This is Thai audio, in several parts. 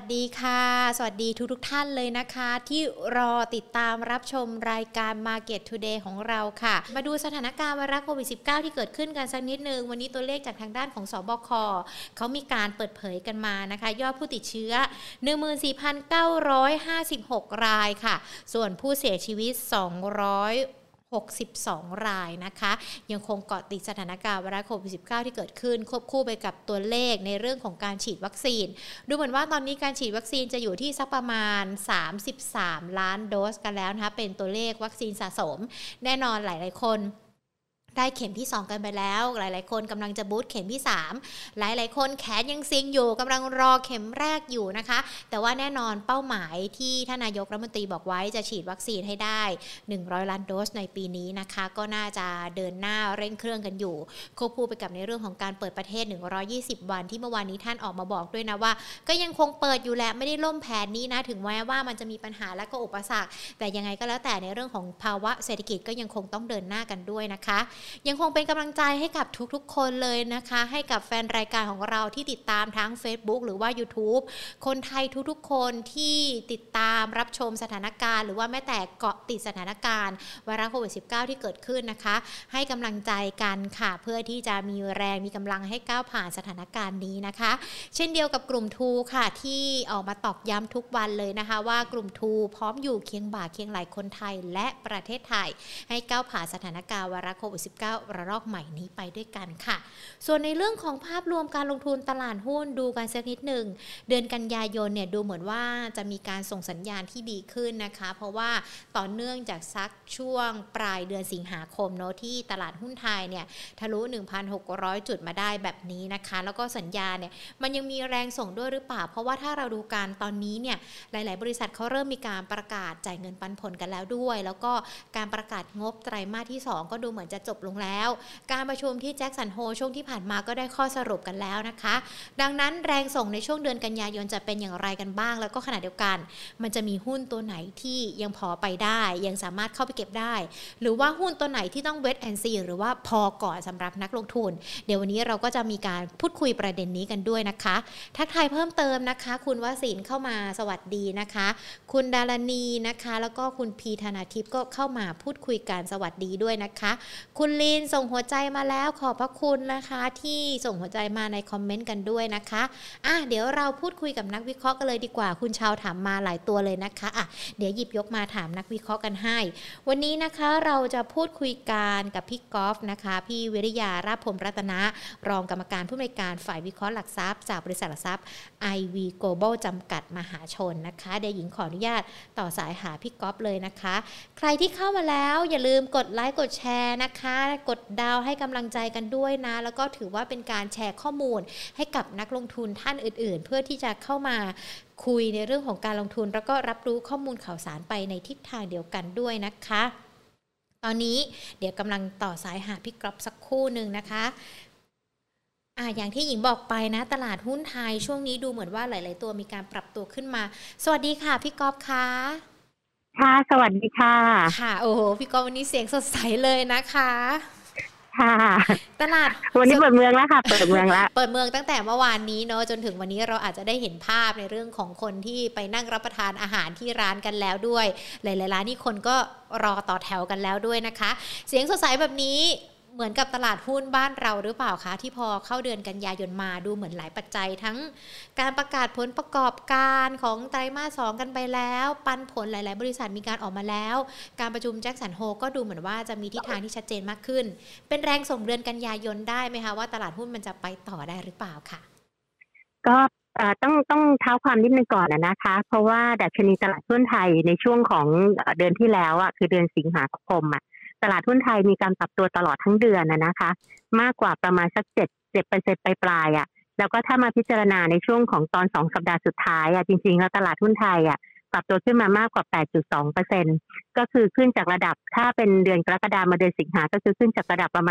ดีค่ะสวัสดีทุกท่านเลยนะคะที่รอติดตามรับชมรายการ Market Today ของเราค่ะมาดูสถานการณ์ไวรัสโควิด -19 ที่เกิดขึ้นกันสักนิดนึงวันนี้ตัวเลขจากทางด้านของสบคเขามีการเปิดเผยกันมานะคะยอดผู้ติดเชื้อ 14,956 รายค่ะส่วนผู้เสียชีวิต62 รายนะคะยังคงเกาะติดสถานการณ์ไวรัสโควิด -19 ที่เกิดขึ้นควบคู่ไปกับตัวเลขในเรื่องของการฉีดวัคซีนดูเหมือนว่าตอนนี้การฉีดวัคซีนจะอยู่ที่สักประมาณ33 ล้านโดสกันแล้วนะคะเป็นตัวเลขวัคซีนสะสมแน่นอนหลายๆคนได้เข็มที่2กันไปแล้วหลายๆคนกำลังจะบูสต์เข็มที่3หลายๆคนแขนยังซิงอยู่กำลังรอเข็มแรกอยู่นะคะแต่ว่าแน่นอนเป้าหมายที่ท่านนายกรัฐมนตรีบอกไว้จะฉีดวัคซีนให้ได้100 ล้านโดสในปีนี้นะคะก็น่าจะเดินหน้าเร่งเครื่องกันอยู่ควบคู่ไปกับในเรื่องของการเปิดประเทศ120 วันที่เมื่อวานนี้ท่านออกมาบอกด้วยนะว่าก็ยังคงเปิดอยู่แหละไม่ได้ล่มแผนนี้นะถึงแม้ว่ามันจะมีปัญหาและก็อุปสรรคแต่ยังไงก็แล้วแต่ในเรื่องของภาวะเศรษฐกิจก็ยังคงต้องเดินหน้ากันด้วยนะคะยังคงเป็นกำลังใจให้กับทุกๆคนเลยนะคะให้กับแฟนรายการของเราที่ติดตามทั้ง Facebook หรือว่า YouTube คนไทยทุกๆคนที่ติดตามรับชมสถานการณ์หรือว่าแม้แต่เกาะติดสถานการณ์ไวรัสโควิด -19 ที่เกิดขึ้นนะคะให้กำลังใจกันค่ะเพื่อที่จะมีแรงมีกำลังให้ก้าวผ่านสถานการณ์นี้นะคะเช่นเดียวกับกลุ่มทูค่ะที่ออกมาตอกย้ำทุกวันเลยนะคะว่ากลุ่มทูพร้อมอยู่เคียงบ่าเคียงไหล่คนไทยและประเทศไทยให้ก้าวผ่านสถานการณ์ไวรัสโควิด -19 ระลอกใหม่นี้ไปด้วยกันค่ะส่วนในเรื่องของภาพรวมการลงทุนตลาดหุ้นดูกันสักนิดหนึ่งเดือนกันยายนเนี่ยดูเหมือนว่าจะมีการส่งสัญญาณที่ดีขึ้นนะคะเพราะว่าต่อเนื่องจากซักช่วงปลายเดือนสิงหาคมเนาะที่ตลาดหุ้นไทยเนี่ยทะลุ 1,600 จุดมาได้แบบนี้นะคะแล้วก็สัญญาเนี่ยมันยังมีแรงส่งด้วยหรือเปล่าเพราะว่าถ้าเราดูการตอนนี้เนี่ยหลายๆบริษัทเขาเริ่มมีการประกาศจ่ายเงินปันผลกันแล้วด้วยแล้วก็การประกาศงบไตรมาสที่2ก็ดูเหมือนจะจบลงแล้วการประชุมที่แจ็คสันโฮช่วงที่ผ่านมาก็ได้ข้อสรุปกันแล้วนะคะดังนั้นแรงส่งในช่วงเดือนกันยายนจะเป็นอย่างไรกันบ้างแล้วก็ขณะเดียวกันมันจะมีหุ้นตัวไหนที่ยังพอไปได้ยังสามารถเข้าไปเก็บได้หรือว่าหุ้นตัวไหนที่ต้องเวทแอนด์ซีหรือว่าพอก่อนสำหรับนักลงทุนเดี๋ยววันนี้เราก็จะมีการพูดคุยประเด็นนี้กันด้วยนะคะทักทายเพิ่มเติมนะคะคุณวศินเข้ามาสวัสดีนะคะคุณดารณีนะคะแล้วก็คุณพีธนาทิพย์ก็เข้ามาพูดคุยกันสวัสดีด้วยนะคะคุณลินส่งหัวใจมาแล้วขอบพระคุณนะคะที่ส่งหัวใจมาในคอมเมนต์กันด้วยนะคะเดี๋ยวเราพูดคุยกับนักวิเคราะห์กันเลยดีกว่าคุณชาวถามมาหลายตัวเลยนะคะเดี๋ยวหยิบยกมาถามนักวิเคราะห์กันให้วันนี้นะคะเราจะพูดคุยกันกับพี่กอล์ฟนะคะพี่วิริยาราชพรหมรัตนะรองกรรมการผู้อำนวยการฝ่ายวิเคราะห์หลักทรัพย์จากบริษัทหลักทรัพย์ IV Global จำกัดมหาชนนะคะเดี๋ยวหญิงขออนุญาตต่อสายหาพี่กอล์ฟเลยนะคะใครที่เข้ามาแล้วอย่าลืมกดไลค์กดแชร์นะคะกดดาวให้กำลังใจกันด้วยนะแล้วก็ถือว่าเป็นการแชร์ข้อมูลให้กับนักลงทุนท่านอื่นๆเพื่อที่จะเข้ามาคุยในเรื่องของการลงทุนแล้วก็รับรู้ข้อมูลข่าวสารไปในทิศทางเดียวกันด้วยนะคะตอนนี้เดี๋ยวกำลังต่อสายหาพี่กอล์ฟสักครู่นึงนะคะอย่างที่หญิงบอกไปนะตลาดหุ้นไทยช่วงนี้ดูเหมือนว่าหลายๆตัวมีการปรับตัวขึ้นมาสวัสดีค่ะพี่กอล์ฟค่ะค่ะสวัสดีค่ะค่ะโอ้โหพี่กอล์ฟวันนี้เสียงสดใสเลยนะคะค่ะตลาดวันนี้เปิดเมืองแล้วค่ะเปิดเมืองแล้วเปิดเมืองตั้งแต่เมื่อวานนี้เนาะจนถึงวันนี้เราอาจจะได้เห็นภาพในเรื่องของคนที่ไปนั่งรับประทานอาหารที่ร้านกันแล้วด้วยหลายๆร้านนี่คนก็รอต่อแถวกันแล้วด้วยนะคะเสียงสดใสแบบนี้เหมือนกับตลาดหุ้นบ้านเราหรือเปล่าคะที่พอเข้าเดือนกันยายนมาดูเหมือนหลายปัจจัยทั้งการประกาศผลประกอบการของไตรมาส2กันไปแล้วปันผลหลายๆบริษัทมีการออกมาแล้วการประชุมแจ็คสันโฮก็ดูเหมือนว่าจะมีทิศทางที่ชัดเจนมากขึ้นเป็นแรงส่งเดือนกันยายนได้ไหมคะว่าตลาดหุ้นมันจะไปต่อได้หรือเปล่าค่ะก็ต้องเท้าความนิดนึงก่อนนะคะเพราะว่าดัชนีตลาดหุ้นไทยในช่วงของเดือนที่แล้วคือเดือนสิงหาคมตลาดหุ้นไทยมีการปรับตัวตลอดทั้งเดือนนะคะมากกว่าประมาณสัก7%ปลายแล้วก็ถ้ามาพิจารณาในช่วงของตอน2สัปดาห์สุดท้ายจริงๆแล้วตลาดหุ้นไทยปรับตัวขึ้นมามากกว่า 8.2% ก็คือขึ้นจากระดับถ้าเป็นเดือนกรกฎาคมมาเดือนสิงหาก็คือขึ้นจากระดับประมาณ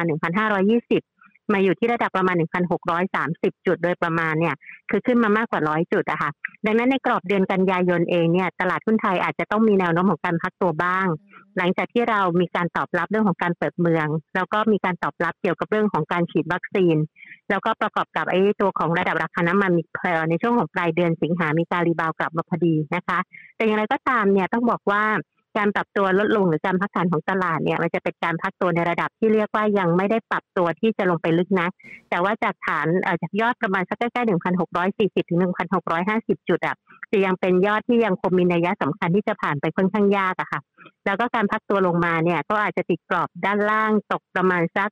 1,520 มาอยู่ที่ระดับประมาณ 1,630 จุดโดยประมาณเนี่ยคือขึ้นมามากกว่า100จุดอะค่ะดังนั้นในกรอบเดือนกันยายนเองเนี่ยตลาดหุ้นไทยอาจจะต้องมีแนวโน้มของการพักตัวบ้างหลังจากที่เรามีการตอบรับเรื่องของการเปิดเมืองแล้วก็มีการตอบรับเกี่ยวกับเรื่องของการฉีดวัคซีนแล้วก็ประกอบกับตัวของระดับราคาน้ำมันมีในช่วงของปลายเดือนสิงหามีการรีบาวกลับมาพอดีนะคะแต่อย่างไรก็ตามเนี่ยต้องบอกว่าการปรับตัวลดลงหรือการพักฐานของตลาดเนี่ยมันจะเป็นการพักตัวในระดับที่เรียกว่ายังไม่ได้ปรับตัวที่จะลงไปลึกนะแต่ว่าจากฐานจากยอดประมาณสักใกล้ๆ 1,640 ถึง 1,650 จุดจะยังเป็นยอดที่ยังคงมีนัยสำคัญที่จะผ่านไปค่อนข้างยากอะค่ะแล้วก็การพักตัวลงมาเนี่ยก็อาจจะติดกรอบด้านล่างตกประมาณสัก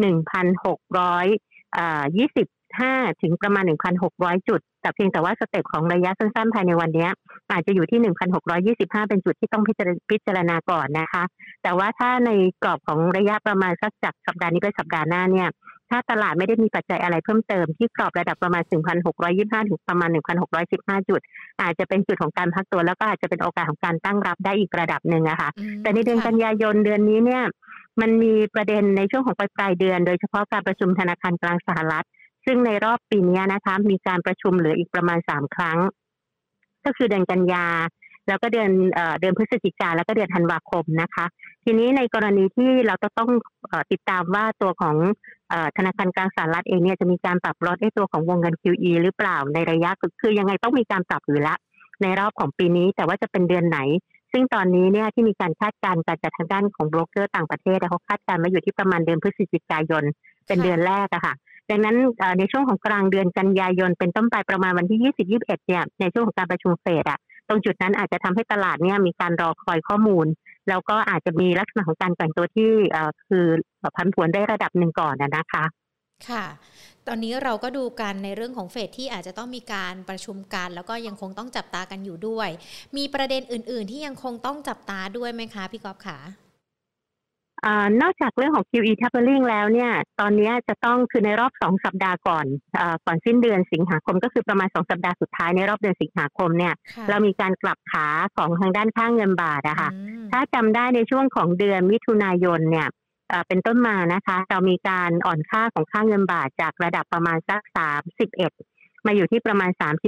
1,625 ถึงประมาณ 1,600 จุดแต่เพียงแต่ว่าสเต็ปของระยะสั้นๆภายในวันนี้อาจจะอยู่ที่ 1,625 เป็นจุดที่ต้องพิจารณาก่อนนะคะแต่ว่าถ้าในกรอบของระยะประมาณสักจากสัปดาห์นี้ไปสัปดาห์หน้าเนี่ยถ้าตลาดไม่ได้มีปัจจัยอะไรเพิ่มเติมที่กรอบระดับประมาณ 1,625 ถึงประมาณ 1,615 จุดอาจจะเป็นจุดของการพักตัวแล้วก็อาจจะเป็นโอกาสของการตั้งรับได้อีกระดับหนึ่งอะค่ะแต่ในเดือนกันยายนเดือนนี้เนี่ยมันมีประเด็นในช่วงของปลายเดือนโดยเฉพาะการประชุมธนาคารกลางสหรัฐซึ่งในรอบปีนี้นะคะมีการประชุมเหลืออีกประมาณ3ครั้งก็คือเดือนกันยาแล้วก็เดือนพฤศจิกาแล้วก็เดือนธันวาคมนะคะทีนี้ในกรณีที่เราต้องติดตามว่าตัวของธนาคารกลางสหรัฐเองเนี่ยจะมีการปรับลดตัวของวงเงิน QE หรือเปล่าในระยะคือยังไงต้องมีการปรับอยู่ละในรอบของปีนี้แต่ว่าจะเป็นเดือนไหนซึ่งตอนนี้เนี่ยที่มีการคาดการณ์จากทางด้านของโบรกเกอร์ต่างประเทศเขาคาดการณ์มาอยู่ที่ประมาณเดือนพฤศจิกายนเป็นเดือนแรกอะค่ะดังนั้นในช่วงของกลางเดือนกันยายนเป็นต้นไปประมาณวันที่ 20-21 เนี่ยในช่วงของการประชุมเฟดตรงจุดนั้นอาจจะทำให้ตลาดเนี่ยมีการรอคอยข้อมูลแล้วก็อาจจะมีลักษณะของการแกว่งตัวที่คือผันผวนได้ระดับหนึ่งก่อนนะคะค่ะตอนนี้เราก็ดูกันในเรื่องของเฟดที่อาจจะต้องมีการประชุมกันแล้วก็ยังคงต้องจับตากันอยู่ด้วยมีประเด็นอื่นๆที่ยังคงต้องจับตาด้วยไหมคะพี่ก๊อฟค่ะนอกจากเรื่องของ QE tapering แล้วเนี่ยตอนนี้จะต้องคือในรอบ2สัปดาห์ก่อนสิ้นเดือนสิงหาคมก็คือประมาณ2สัปดาห์สุดท้ายในรอบเดือนสิงหาคมเนี่ยเรามีการกลับขาของทางด้านค่าเงินบาทอะค่ะถ้าจำได้ในช่วงของเดือนมิถุนายนเนี่ยเป็นต้นมานะคะเรามีการอ่อนค่าของค่าเงินบาทจากระดับประมาณสัก31มาอยู่ที่ประมาณ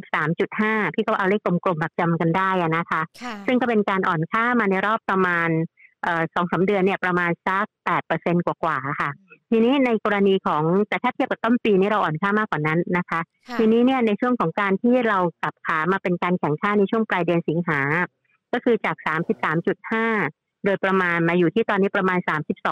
33.5 พี่ก็เอาเลขกลมๆแบบจำกันได้นะคะซึ่งก็เป็นการอ่อนค่ามาในรอบประมาณ2-3 เดือนเนี่ยประมาณสัก 8% กว่าๆค่ะทีนี้ในกรณีของแต่ถ้าเทียบกับต้นปีนี้เราอ่อนค่ามากกว่านั้นนะคะทีนี้เนี่ยในช่วงของการที่เรากลับขามาเป็นการแข่งค่าในช่วงปลายเดือนสิงหาก็คือจาก 33.5 โดยประมาณมาอยู่ที่ตอนนี้ประมาณ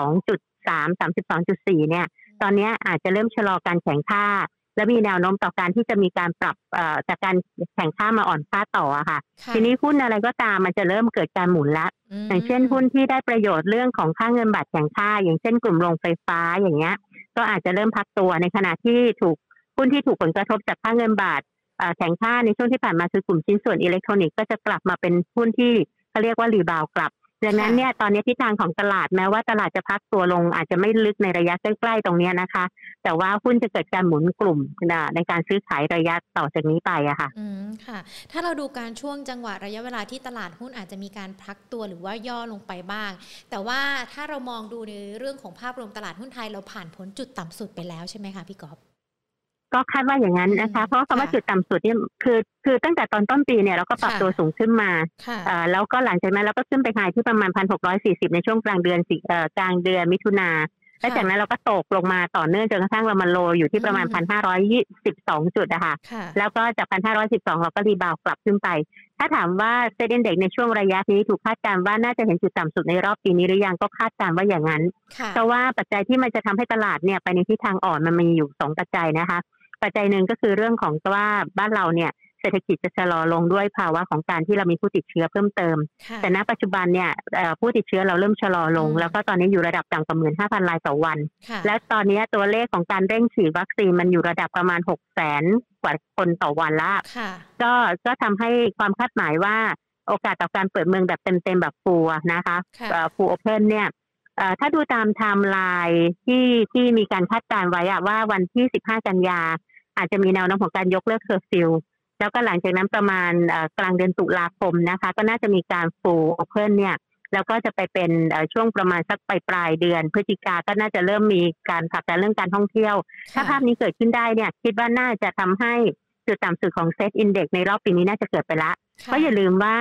32.3 32.4 เนี่ยตอนนี้อาจจะเริ่มชะลอการแข่งค่าและมีแนวโน้มต่อการที่จะมีการปรับจากการแข่งค่ามาอ่อนค่าต่อค่ะทีนี้หุ้นอะไรก็ตามมันจะเริ่มเกิดการหมุนละอย่างเช่นหุ้นที่ได้ประโยชน์เรื่องของค่าเงินบาทแข่งค่าอย่างเช่นกลุ่มโรงไฟฟ้าอย่างเงี้ยก็อาจจะเริ่มพักตัวในขณะที่หุ้นที่ถูกผลกระทบจากค่าเงินบาทแข่งค่าในช่วงที่ผ่านมาคือกลุ่มชิ้นส่วนอิเล็กทรอนิกส์ก็จะกลับมาเป็นหุ้นที่เขาเรียกว่ารีบาวกลับดังนั้นเนี่ยตอนนี้ทิศทางของตลาดแม้ว่าตลาดจะพักตัวลงอาจจะไม่ลึกในระยะใกล้ๆตรงนี้นะคะแต่ว่าหุ้นจะเกิดการหมุนกลุ่มในการซื้อขายระยะต่อจากนี้ไปอะค่ะค่ะถ้าเราดูการช่วงจังหวะระยะเวลาที่ตลาดหุ้นอาจจะมีการพักตัวหรือว่าย่อลงไปบ้างแต่ว่าถ้าเรามองดูในเรื่องของภาพรวมตลาดหุ้นไทยเราผ่านพ้นจุดต่ำสุดไปแล้วใช่ไหมคะพี่ก๊อฟก็คาดว่าอย่างนั้นนะคะเพราะคำว่าจุดต่ำสุดนี่คือตั้งแต่ตอนต้นปีเนี่ยเราก็ปรับตัวสูงขึ้นมาแล้วก็หลังจากนั้นเราก็ขึ้นไปไฮที่ประมาณ 1,640 ในช่วงกลางเดือนมิถุนาและจากนั้นเราก็ตกลงมาต่อเนื่องจนกระทั่งเรามาโลอยู่ที่ประมาณ 1,522 จุดอะค่ะแล้วก็จาก 1,512 เราก็รีบาวกลับขึ้นไปถ้าถามว่าเซ็นดีเด็กในช่วงระยะนี้ถูกคาดการณ์ว่าน่าจะเห็นจุดต่ำสุดในรอบปีนี้หรือยังก็คาดการณ์ว่าอย่างนั้นเพราะว่าปัจจัยที่มันจะทำให้ตลาดเนี่ยไปในทิศทางอ่อนมันมีอยู่2ปัจจัยนะคะปัจจัยหนึ่งก็คือเรื่องของว่าบ้านเราเนี่ยเศรษฐกิจจะชะลอลงด้วยภาวะของการที่เรามีผู้ติดเชื้อเพิ่มเติมแต่ณปัจจุบันเนี่ยผู้ติดเชื้อเราเริ่มชะลอลงแล้วก็ตอนนี้อยู่ระดับต่ำกว่า 15,000 รายต่อวันและตอนนี้ตัวเลขของการเร่งฉีดวัคซีนมันอยู่ระดับประมาณ 600,000 กว่าคนต่อวันละก็ทำให้ความคาดหมายว่าโอกาสต่อการเปิดเมืองแบบเต็มๆแบบฟูลนะคะฟูลโอเพนเนี่ยถ้าดูตามไทม์ไลน์ที่มีการคาดการณ์ไว้ว่าวันที่15 กันยาอาจจะมีแนวโน้มของการยกเลิกเคอร์ฟิวแล้วก็หลังจากนั้นประมาณกลางเดือนตุลาคมนะคะก็น่าจะมีการฟูลโอเพนเนี่ยแล้วก็จะไปเป็นช่วงประมาณสักปลายเดือนพฤศจิกาก็น่าจะเริ่มมีการผลักดันเรื่องการท่องเที่ยวถ้าภาพนี้เกิดขึ้นได้เนี่ยคิดว่าน่าจะทำให้จุดต่ำสุดของเซตอินเด็กซ์ในรอบปีนี้น่าจะเกิดไปละเพราะอย่าลืมว่า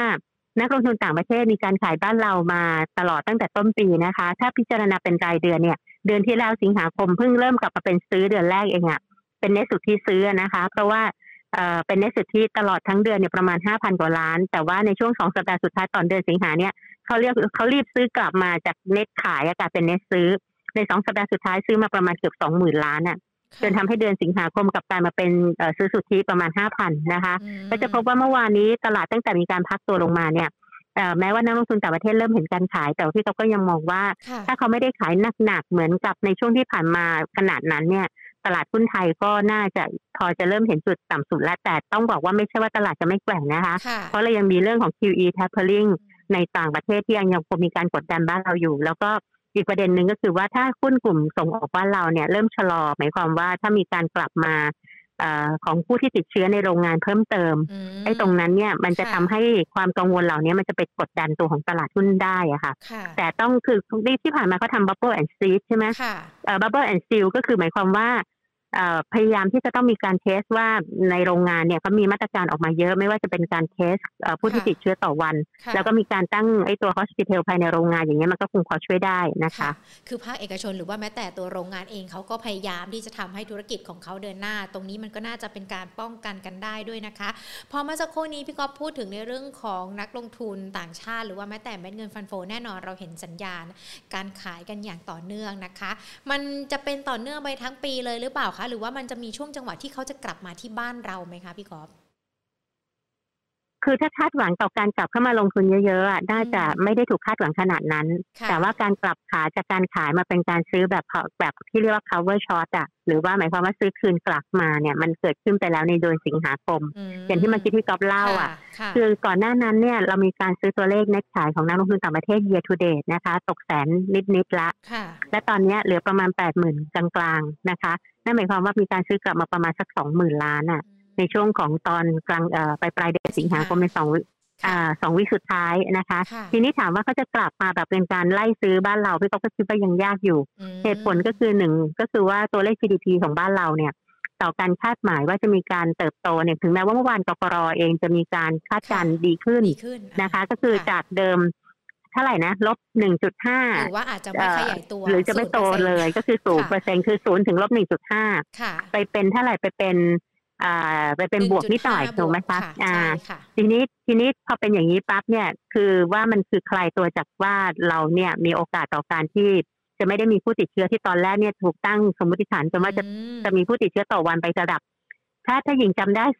นักลงทุนต่างประเทศมีการขายบ้านเรามาตลอดตั้งแต่ต้นปีนะคะถ้าพิจารณาเป็นรายเดือนเนี่ยเดือนที่แล้วสิงหาคมเพิ่งเริ่มกลับมาเป็นซื้อเดือนแรกเองอะเป็นเน็ตสุทธิซื้อนะคะเพราะว่าเป็นเน็ตสุทธิตลอดทั้งเดือนเนี่ยประมาณ 5,000 กว่าล้านแต่ว่าในช่วง2สัปดาห์สุดท้ายตอนเดือนสิงหาเนี่ยเขารีบซื้อกลับมาจากเน็ตขายกลายเป็นเน็ตซื้อใน2สัปดาห์สุดท้ายซื้อมาประมาณเกือบ 20,000 ล้านอ่ะจนทำให้เดือนสิงหาคมกลับกลายมาเป็นซื้อสุทธิประมาณ 5,000 นะคะก็จะพบว่าเมื่อวานนี้ตลาดตั้งแต่มีการพักตัวลงมาเนี่ยแม้ว่านักลงทุนต่างประเทศเริ่มเห็นการขายแต่พี่ก็ยังมองว่าถ้าเขาไม่ได้ขายหนักๆเหมือนกับในช่วงที่ผ่านมาขนาดนั้นเนี่ยตลาดหุ้นไทยก็น่าจะพอจะเริ่มเห็นจุดต่ำสุดแล้วแต่ต้องบอกว่าไม่ใช่ว่าตลาดจะไม่แกว่งนะคะเพราะเรายังมีเรื่องของ QE tapering ในต่างประเทศที่ยังคงมีการกดดันบ้านเราอยู่แล้วก็อีกประเด็นหนึ่งก็คือว่าถ้าหุ้นกลุ่มส่งออกบ้านเราเนี่ยเริ่มชะลอหมายความว่าถ้ามีการกลับมาของผู้ที่ติดเชื้อในโรงงานเพิ่มเติมไอ้ตรงนั้นเนี่ยมันจะทำให้ความกังวลเหล่านี้มันจะไปกดดันตัวของตลาดหุ้นได้อะค่ะแต่ต้องคือที่ผ่านมาเขาทำ bubble and seed ใช่ไหมbubble and seal ก็คือหมายความว่าพยายามที่จะต้องมีการเทสว่าในโรงงานเนี่ยเขามีมาตรการออกมาเยอะไม่ว่าจะเป็นการเทสผู้ที่ติดเชื้อต่อวันแล้วก็มีการตั้งไอ้ตัว hospital ภายในโรงงานอย่างเงี้ยมันก็คงพอช่วยได้นะคะคือภาคเอกชนหรือว่าแม้แต่ตัวโรงงานเองเขาก็พยายามที่จะทำให้ธุรกิจของเขาเดินหน้าตรงนี้มันก็น่าจะเป็นการป้องกันกันได้ด้วยนะคะพอเมื่อสักครู่นี้พี่ก๊อฟพูดถึงในเรื่องของนักลงทุนต่างชาติหรือว่าแม้แต่เม็ดเงินฟันโฟแน่นอนเราเห็นสัญญาณการขายกันอย่างต่อเนื่องนะคะมันจะเป็นต่อเนื่องไปทั้งปีเลยหรือเปล่าคะหรือว่ามันจะมีช่วงจังหวะที่เขาจะกลับมาที่บ้านเราไหมคะพี่กอล์ฟคือถ้าคาดหวังต่อการกลับเข้ามาลงทุนเยอะๆน่าจะไม่ได้ถูกคาดหวังขนาดนั้นแต่ว่าการกลับขาจากการขายมาเป็นการซื้อแบบที่เรียกว่า cover short หรือว่าหมายความว่าซื้อคืนกลับมาเนี่ยมันเกิดขึ้นไปแล้วในเดือนสิงหาคมอย่างที่เมื่อกี้ที่ก๊อฟเล่าคือก่อนหน้านั้นเนี่ยเรามีการซื้อตัวเลขเน็ตขายของนักลงทุนต่างประเทศ year to date นะคะตกแสนนิดๆละและตอนนี้เหลือประมาณ 80,000 กลางๆนะคะนั่นหมายความว่ามีการซื้อกลับมาประมาณสัก 20,000 ล้านในช่วงของตอนกลางปลายเดือนสิงหาคมใน2 วิสุดท้ายนะคะทีนี้ถามว่าเขาจะกลับมาแบบเป็นการไล่ซื้อบ้านเราพี่ก็คิดว่ายังยากอยู่เหตุผลก็คือ1ก็คือว่าตัวเลข GDP ของบ้านเราเนี่ยต่อการคาดหมายว่าจะมีการเติบโตเนี่ยถึงแม้ว่าเมื่อวานกปร.เองจะมีการคาดการณ์ดีขึ้นนะคะก็คือจากเดิมเท่าไหร่นะลบ 1.5 หรือว่าอาจจะไม่ขยายตัวหรือจะไม่โตเลยก็คือ 0% คือ0ถึงลบ 1.5 ไปเป็นเท่าไหร่ไปเป็นบวกนิดหน่อยถูกไหมคะทีนี้พอเป็นอย่างนี้ปั๊บเนี่ยคือว่ามันคือคลายตัวจากว่าเราเนี่ยมีโอกาสต่อการที่จะไม่ได้มีผู้ติดเชื้อที่ตอนแรกเนี่ยถูกตั้งสมมติฐานกันว่าจะมีผู้ติดเชื้อต่อวันไประดับถ้าหญิงจำได้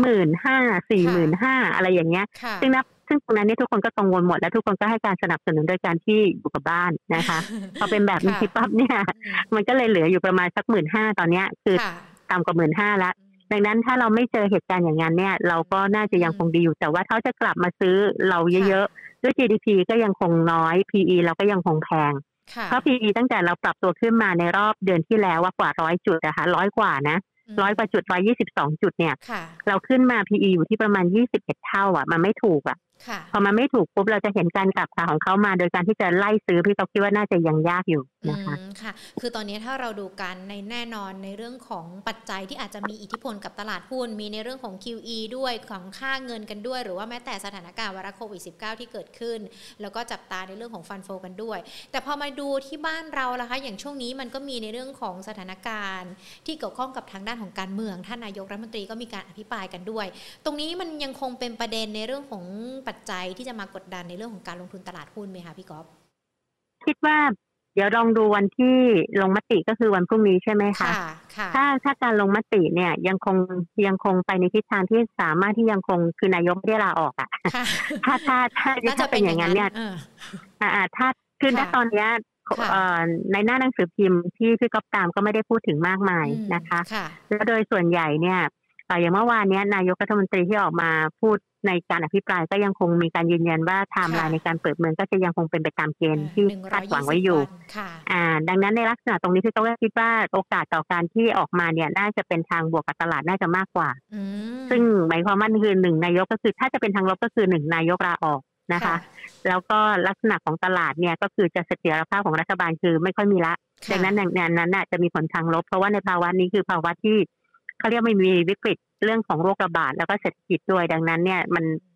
35,000 45,000 อะไรอย่างเงี้ยซึ่งตรงนั้นเนี่ยทุกคนก็กังวลหมดและทุกคนก็ให้การสนับสนุนโดยการที่อยู่กับบ้านนะคะพอเป็นแบบนี้ปั๊บเนี่ยมันก็เลยเหลืออยู่ประมาณสัก 15,000 ตอนเนี้ยคือต่ำกว่า 15,000 แล้วดังนั้นถ้าเราไม่เจอเหตุการณ์อย่างนั้นเนี่ยเราก็น่าจะยังคงดีอยู่แต่ว่าเขาจะกลับมาซื้อเราเยอะๆด้วย GDP ก็ยังคงน้อย PE เราก็ยังคงแพงเพราะ PE ตั้งแต่เราปรับตัวขึ้นมาในรอบเดือนที่แล้วว่ากว่า100 จุดนะคะ100 กว่านะ100 กว่าจุด122 จุดเนี่ยเราขึ้นมา PE อยู่ที่ประมาณ21 เท่ามันไม่ถูกพอมันไม่ถูกปุ๊บเราจะเห็นการกลับขาของเขามาโดยการที่จะไล่ซื้อพี่ก็คิดว่าน่าจะยังยากอยู่นะคะค่ะคือตอนนี้ถ้าเราดูกันในแน่นอนในเรื่องของปัจจัยที่อาจจะมีอิทธิพลกับตลาดหุ้นมีในเรื่องของ QE ด้วยของค่าเงินกันด้วยหรือว่าแม้แต่สถานการณ์ไวรัสโควิด -19 ที่เกิดขึ้นแล้วก็จับตาในเรื่องของฟันโฟกันด้วยแต่พอมาดูที่บ้านเราล่ะคะอย่างช่วงนี้มันก็มีในเรื่องของสถานการณ์ที่เกี่ยวข้องกับทางด้านของการเมืองท่านนายกรัฐมนตรีก็มีการอภิปรายกันด้วยตรงนี้มันยังคงเป็นประเด็นในเรื่องของปัจจัยที่จะมากดดันในเรื่องของการลงทุนตลาดหุ้นไหมคะพี่ก๊อฟคิดว่าเดี๋ยวลองดูวันที่ลงมติก็คือวันพรุ่งนี้ใช่ไหมคะถ้าการลงมติเนี่ยยังคงไปในทิศทางที่สามารถที่ยังคงคือนายกไม่ได้ลาออกถ้าเป็นอย่างนั้นเนี่ยถ้าคือณตอนนี้ในหน้าหนังสือพิมพ์ที่พี่ก๊อฟตามก็ไม่ได้พูดถึงมากมายนะคะแล้วโดยส่วนใหญ่เนี่ยอย่างเมื่อวานนี้นายกรัฐมนตรีที่ออกมาพูดในการอภิปรายก็ยังคงมีการยืนยันว่าไทม์ไลน์ในการเปิดเมืองก็จะยังคงเป็นไปตามเกณฑ์ที่คาดหวังไว้อยู่ดังนั้นในลักษณะตรงนี้พี่ก็คิดว่าโอกาสต่อการที่ออกมาเนี่ยน่าจะเป็นทางบวกกับตลาดน่าจะมากกว่าซึ่งหมายความว่าคือ1นายกก็คือถ้าจะเป็นทางลบก็คือ1นายกลาออกนะคะแล้วก็ลักษณะของตลาดเนี่ยก็คือจะเสถียรภาพของรัฐบาลคือไม่ค่อยมีละดังนั้นนั้นจะมีผลทางลบเพราะว่าในภาวะนี้คือภาวะที่เขาเรียกไม่มีวิกฤตเรื่องของโรคระบาดแล้วก็เศรษฐกิจด้วยดังนั้นเนี่ยมัน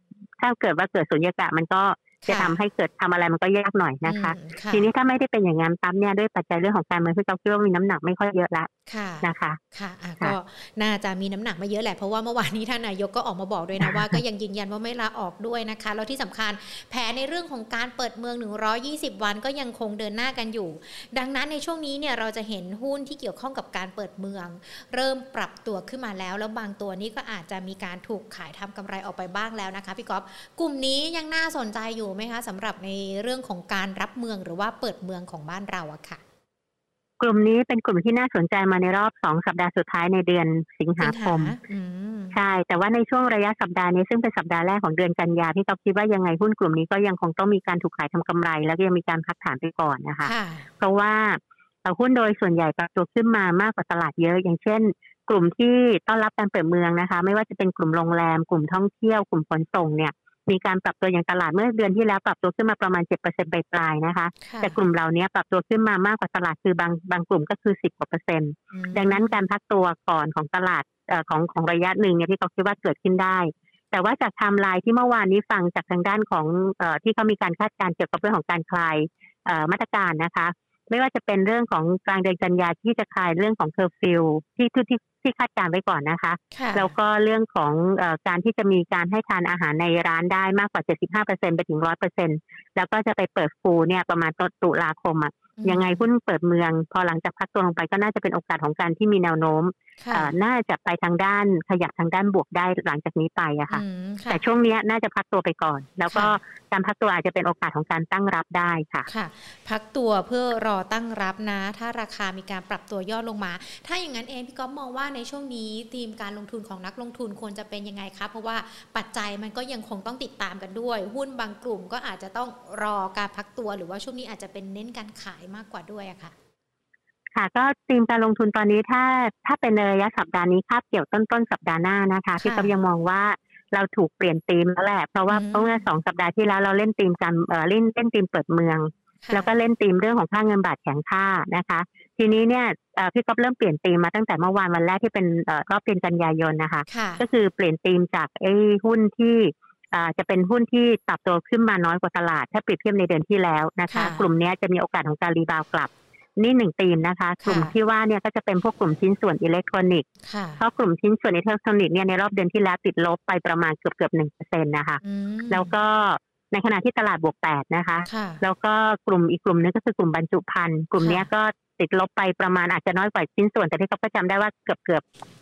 ถ้าเกิดว่าเกิดสุญญากาศมันก็จะทำให้เกิดทำอะไรมันก็ยากหน่อยนะคะทีนี้ถ้าไม่ได้เป็นอย่างนั้นปั๊บเนี่ยด้วยปัจจัยเรื่องของการเมืองที่เราคิดว่ามีน้ำหนักไม่ค่อยเยอะละนะคะค่ะก็น่าจะมีน้ำหนักไม่เยอะแหละเพราะว่าเมื่อวานนี้ท่านนายกก็ออกมาบอกด้วยนะว่าก็ยังยืนยันว่าไม่ลาออกด้วยนะคะแล้วที่สำคัญแผนในเรื่องของการเปิดเมือง120วันก็ยังคงเดินหน้ากันอยู่ดังนั้นในช่วงนี้เนี่ยเราจะเห็นหุ้นที่เกี่ยวข้องกับการเปิดเมืองเริ่มปรับตัวขึ้นมาแล้วบางตัวนี้ก็อาจจะมีการถูกขายทำกำไรออกไปบ้างแล้วนะคะพี่ก๊อฟกลุ่มนี้ยังน่าสนใจอยู่ไหมคะสำหรับในเรื่องของการรับเมืองหรือว่าเปิดเมืองของบ้านเราอะค่ะกลุ่มนี้เป็นกลุ่มที่น่าสนใจมาในรอบ2สัปดาห์สุดท้ายในเดือนสิงหาคมใช่แต่ว่าในช่วงระยะสัปดาห์นี้ซึ่งเป็นสัปดาห์แรกของเดือนกันยาพี่ก๊อฟคิดว่ายังไงหุ้นกลุ่มนี้ก็ยังคงต้องมีการถูกขายทำกำไรแล้วก็ยังมีการพักฐานไปก่อนนะคะเพราะว่าหุ้นโดยส่วนใหญ่ปรับตัวขึ้นมามากกว่าตลาดเยอะอย่างเช่นกลุ่มที่ต้อนรับการเปิดเมืองนะคะไม่ว่าจะเป็นกลุ่มโรงแรมกลุ่มท่องเที่ยวกลุ่มขนส่งเนี่ยมีการปรับตัวอย่างตลาดเมื่อเดือนที่แล้วปรับตัวขึ้นมาประมาณ 7% ปลายๆนะคะแต่กลุ่มเหล่านี้ปรับตัวขึ้นมามากกว่าตลาดคือบางกลุ่มก็คือ10%ดังนั้นการพักตัวก่อนของตลาดของระยะหนึ่งเนี่ยที่เขาคิดว่าเกิดขึ้นได้แต่ว่าจากไทม์ไลน์ที่เมื่อวานนี้ฟังจากทางด้านของที่เขามีการคาดการณ์เกี่ยวกับเรื่องของการคลายมาตรการนะคะไม่ว่าจะเป็นเรื่องของกลางเดือนกันยาที่จะคลายเรื่องของเคอร์ฟิวที่คาดการไว้ก่อนนะคะแล้วก็เรื่องของการที่จะมีการให้ทานอาหารในร้านได้มากกว่า 75% ไปถึง 100% แล้วก็จะไปเปิดฟูเนี่ยประมาณตุลาคมยังไงหุ้นเปิดเมืองพอหลังจากพักตัวลงไปก็น่าจะเป็นโอกาสของการที่มีแนวโน้มน่าจะไปทางด้านขยับทางด้านบวกได้หลังจากนี้ไปอะค่ะแต่ช่วงนี้น่าจะพักตัวไปก่อนแล้วก็การพักตัวอาจจะเป็นโอกาสของการตั้งรับได้ค่ะพักตัวเพื่อรอตั้งรับนะถ้าราคามีการปรับตัวย่อลงมาถ้าอย่างนั้นเองพี่ก๊อฟมองว่าในช่วงนี้ธีมการลงทุนของนักลงทุนควรจะเป็นยังไงคะเพราะว่าปัจจัยมันก็ยังคงต้องติดตามกันด้วยหุ้นบางกลุ่มก็อาจจะต้องรอการพักตัวหรือว่าช่วงนี้อาจจะเป็นเน้นการขายมากกว่าด้วยอะค่ะค่ะก็ธีมการลงทุนตอนนี้ถ้าเป็นในระยะสัปดาห์นี้คาบเกี่ยวต้นสัปดาห์หน้านะคะพี่ก็ยังมองว่าเราถูกเปลี่ยนธีมแล้วแหละเพราะว่าเมื่อ2สัปดาห์ที่แล้วเราเล่นธีมการเล่นธีมเปิดเมืองแล้วก็เล่นธีมเรื่องของค่าเงินบาทแข็งค่านะคะทีนี้เนี่ยพี่ก็เริ่มเปลี่ยนธีมมาตั้งแต่เมื่อวานวันแรกที่เป็นรอบเดือนกันยายนนะคะก็คือเปลี่ยนธีมจากหุ้นที่จะเป็นหุ้นที่ปรับตัวขึ้นมาน้อยกว่าตลาดถ้าเปรียบเทียบในเดือนที่แล้วนะคะกลุ่มนี้จะมีโอกาสของการรีบาวกลับนี่1ธีมนะคะกลุ่มที่ว่าเนี่ยก็จะเป็นพวกกลุ่มชิ้นส่วนอิเล็กทรอนิกส์เพราะกลุ่มชิ้นส่วนอิเล็กทรอนิกส์เนี่ยในรอบเดือนที่แล้วติดลบไปประมาณเกือบ 1% นะคะแล้วก็ในขณะที่ตลาดบวก8นะคะแล้วก็อีกกลุ่มนึงก็คือกลุ่มบรรจุภัณฑ์กลุ่มนี้ก็ติดลบไปประมาณอาจจะน้อยกว่าชิ้นส่วนแต่ที่เขาก็จำได้ว่าเกือบ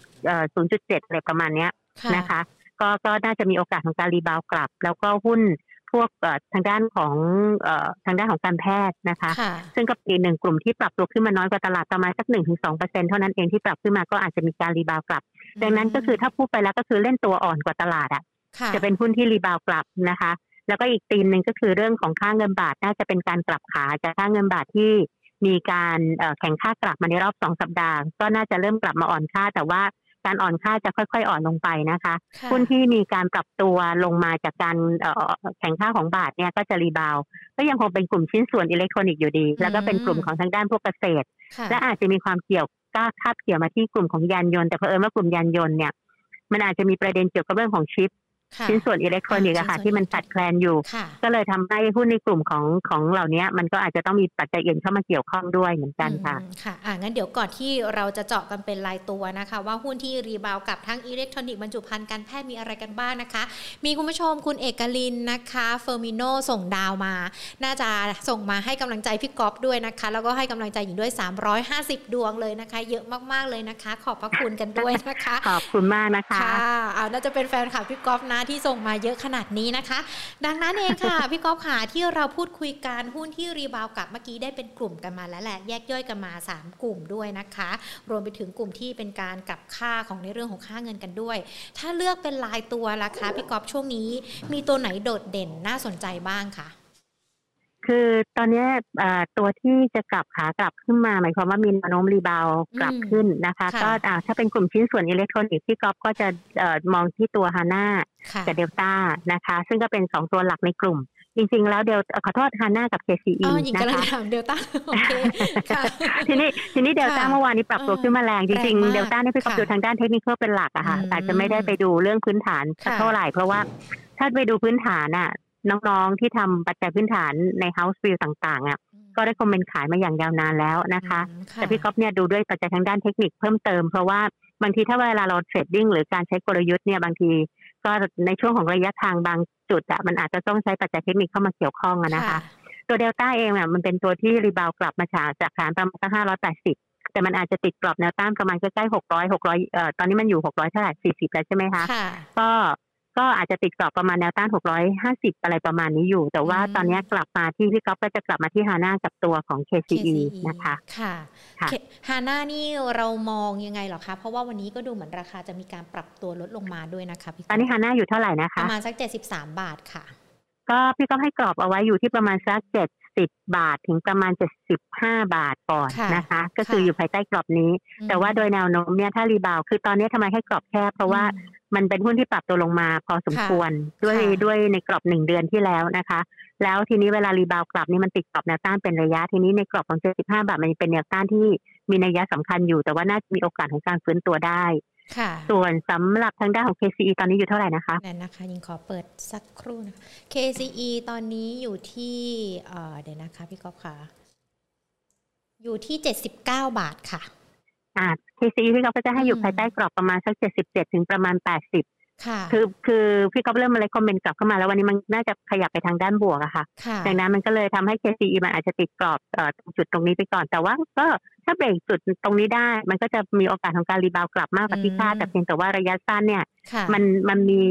0.7 อะไรประมาณนี้นะคะก็น่าจะมีโอกาสของการรีบาวกลับแล้วก็หุ้นพวกทางด้านของการแพทย์นะคะซึ่งก็เป็นหนึ่งกลุ่มที่ปรับตัวขึ้นมาน้อยกว่าตลาดประมาณสัก 1-2% เท่านั้นเองที่ปรับขึ้นมาก็อาจจะมีการรีบาวกลับดังนั้นก็คือถ้าพูดไปแล้วก็คือเล่นตัวอ่อนกว่าตลาดจะเป็นหุ้นที่รีบาวกลับนะคะแล้วก็อีกธีมนึงก็คือเรื่องของค่าเงินบาทน่าจะเป็นการกลับขาจากค่าเงินบาทที่มีการแข่งค่ากลับมาในรอบ2สัปดาห์ก็น่าจะเริ่มกลับมาอ่อนค่าแต่ว่าการอ่อนค่าจะค่อยๆอ่อนลงไปนะคะหุ้นที่มีการปรับตัวลงมาจากการแข่งค่าของบาทเนี่ยก็จะรีบาวก็ยังคงเป็นกลุ่มชิ้นส่วนอิเล็กทรอนิกส์อยู่ดีแล้วก็เป็นกลุ่มของทางด้านพวกเกษตรและอาจจะมีความเกี่ยวคาบเกี่ยวมาที่กลุ่มของยานยนต์แต่เผอิญว่ากลุ่มยานยนต์เนี่ยมันอาจจะมีประเด็นเกี่ยวกับเรื่องของชิปชิ้นส่วนอิเล็กทรอนิกส์ค่ะที่มันขาดแคลนอยู่ก็เลยทำให้หุ้นในกลุ่มของเหล่านี้มันก็อาจจะต้องมีปัจจัยอื่นเข้ามาเกี่ยวข้องด้วยเหมือนกันค่ะงั้นเดี๋ยวก่อนที่เราจะเจาะกันเป็นรายตัวนะคะว่าหุ้นที่รีบาวกับทั้งอิเล็กทรอนิกส์บรรจุภัณฑ์การแพทย์มีอะไรกันบ้างนะคะมีคุณผู้ชมคุณเอกลินนะคะเฟอร์มิโนส่งดาวมาน่าจะส่งมาให้กำลังใจพี่ก๊อฟด้วยนะคะแล้วก็ให้กำลังใจอยู่ด้วย350ดวงเลยนะคะเยอะมากๆเลยนะคะขอบพระคุณกันด้วยนะคะขอบคุณมากนะคะน่าจะเป็นแฟนคลับพี่ก๊อฟนะที่ส่งมาเยอะขนาดนี้นะคะดังนั้นเองค่ะ พี่ก๊อฟค่ะที่เราพูดคุยกันหุ้นที่รีบาวกับเมื่อกี้ได้เป็นกลุ่มกันมาแล้วแหละแยกย่อยกันมา3กลุ่มด้วยนะคะรวมไปถึงกลุ่มที่เป็นการกลับค่าของในเรื่องของค่าเงินกันด้วยถ้าเลือกเป็นรายตัวล่ะคะพี่ก๊อฟช่วงนี้มีตัวไหนโดดเด่นน่าสนใจบ้างคะคือตอนนี้ตัวที่จะกลับขากลับขึ้นมาหมายความว่ามีแนวโน้มรีบาวกลับขึ้นนะคะก็ถ้าเป็นกลุ่มชิ้นส่วนอิเล็กทรอนิกส์ที่ก๊อฟก็จะมองที่ตัวฮาน่ากับเดลต้านะคะซึ่งก็เป็น2ตัวหลักในกลุ่มจริงๆแล้วขอโทษฮาน่ากับ KCE นะคะเดลต้าโอเคทีนี้เดลต้าเมื่อวานนี้ปรับตัวขึ้นมาแรงจริงๆเดลต้านี่พี่ก๊อฟดูทางด้านเทคนิคเป็นหลักอะค่ะอาจจะไม่ได้ไปดูเรื่องพื้นฐานเท่าไหร่เพราะว่าถ้าไปดูพื้นฐานอ่ะน้องๆที่ทำปัจจัยพื้นฐานใน House View ต่างๆอ่ะก็ได้คอมเมนต์ขายมาอย่างยาวนานแล้วนะคะแต่พี่ก๊อฟเนี่ยดูด้วยปัจจัยทางด้านเทคนิคเพิ่มเติมเพราะว่าบางทีถ้าเวลาเราเทรดดิ้งหรือการใช้กลยุทธ์เนี่ยบางทีก็ในช่วงของระยะทางบางจุดอะมันอาจจะต้องใช้ปัจจัยเทคนิคเข้ามาเกี่ยวข้องนะคะตัวเดลต้าเองเนี่ยมันเป็นตัวที่รีบาวกลับมาจากฐานประมาณ580แต่มันอาจจะติดกรอบแนวต้านประมาณใกล้ๆ600ตอนนี้มันอยู่600เท่าไหร่40แล้วใช่ไหมคะก็อาจจะติดกรอบประมาณแนวต้าน650อะไรประมาณนี้อยู่แต่ว่าตอนนี้กลับมาที่พี่ก๊อฟก็จะกลับมาที่ฮาน่ากับตัวของ KCE นะคะค่ะฮาน่านี่เรามองยังไงหรอคะเพราะว่าวันนี้ก็ดูเหมือนราคาจะมีการปรับตัวลดลงมาด้วยนะคะพี่ตอนนี้ฮาน่าอยู่เท่าไหร่นะคะประมาณสัก73 บาทค่ะก็พี่ก๊อฟให้กรอบเอาไว้อยู่ที่ประมาณสัก70 บาทถึงประมาณ75 บาทก่อนนะคะก็คืออยู่ภายใต้กรอบนี้แต่ว่าโดยแนวโน้มเนี่ยถ้ารีบาวคือตอนนี้ทำไมให้กรอบแคบเพราะว่ามันเป็นหุ้นที่ปรับตัวลงมาพอสมควรด้วยในกรอบ1 เดือนที่แล้วนะคะแล้วทีนี้เวลารีบาวกลับนี่มันติดกรอบแนวต้านเป็นระยะทีนี้ในกรอบของ75 บาทมันเป็นแนวต้านที่มีนัยสำคัญอยู่แต่ว่าน่าจะมีโอกาสของการฟื้นตัวได้ส่วนสำหรับทางด้านของ KCE ตอนนี้อยู่เท่าไหร่นะคะนั่นนะคะยิงขอเปิดสักครู่นะ KCE ตอนนี้อยู่ที่เดี๋ยวนะคะพี่ก๊อฟค่ะอยู่ที่79 บาทค่ะ KCE พี่ก๊อฟก็จะให้อยู่ภายใต้กรอบประมาณสัก77ถึงประมาณ80คือพี่ก๊อฟเริ่มมาเลยคอมเมนต์กลับเข้ามาแล้ววันนี้มันน่าจะขยับไปทางด้านบวกอะค่ะดังนั้นมันก็เลยทำให้ KCE มันอาจจะติดกรอบจุดตรงนี้ไปก่อนแต่ว่าก็ถ้าเบรกจุดตรงนี้ได้มันก็จะมีโอกาสของการรีบาวกลับมากกว่าที่คาดแต่เพียงแต่ว่าระยะสั้นเนี่ยมันมี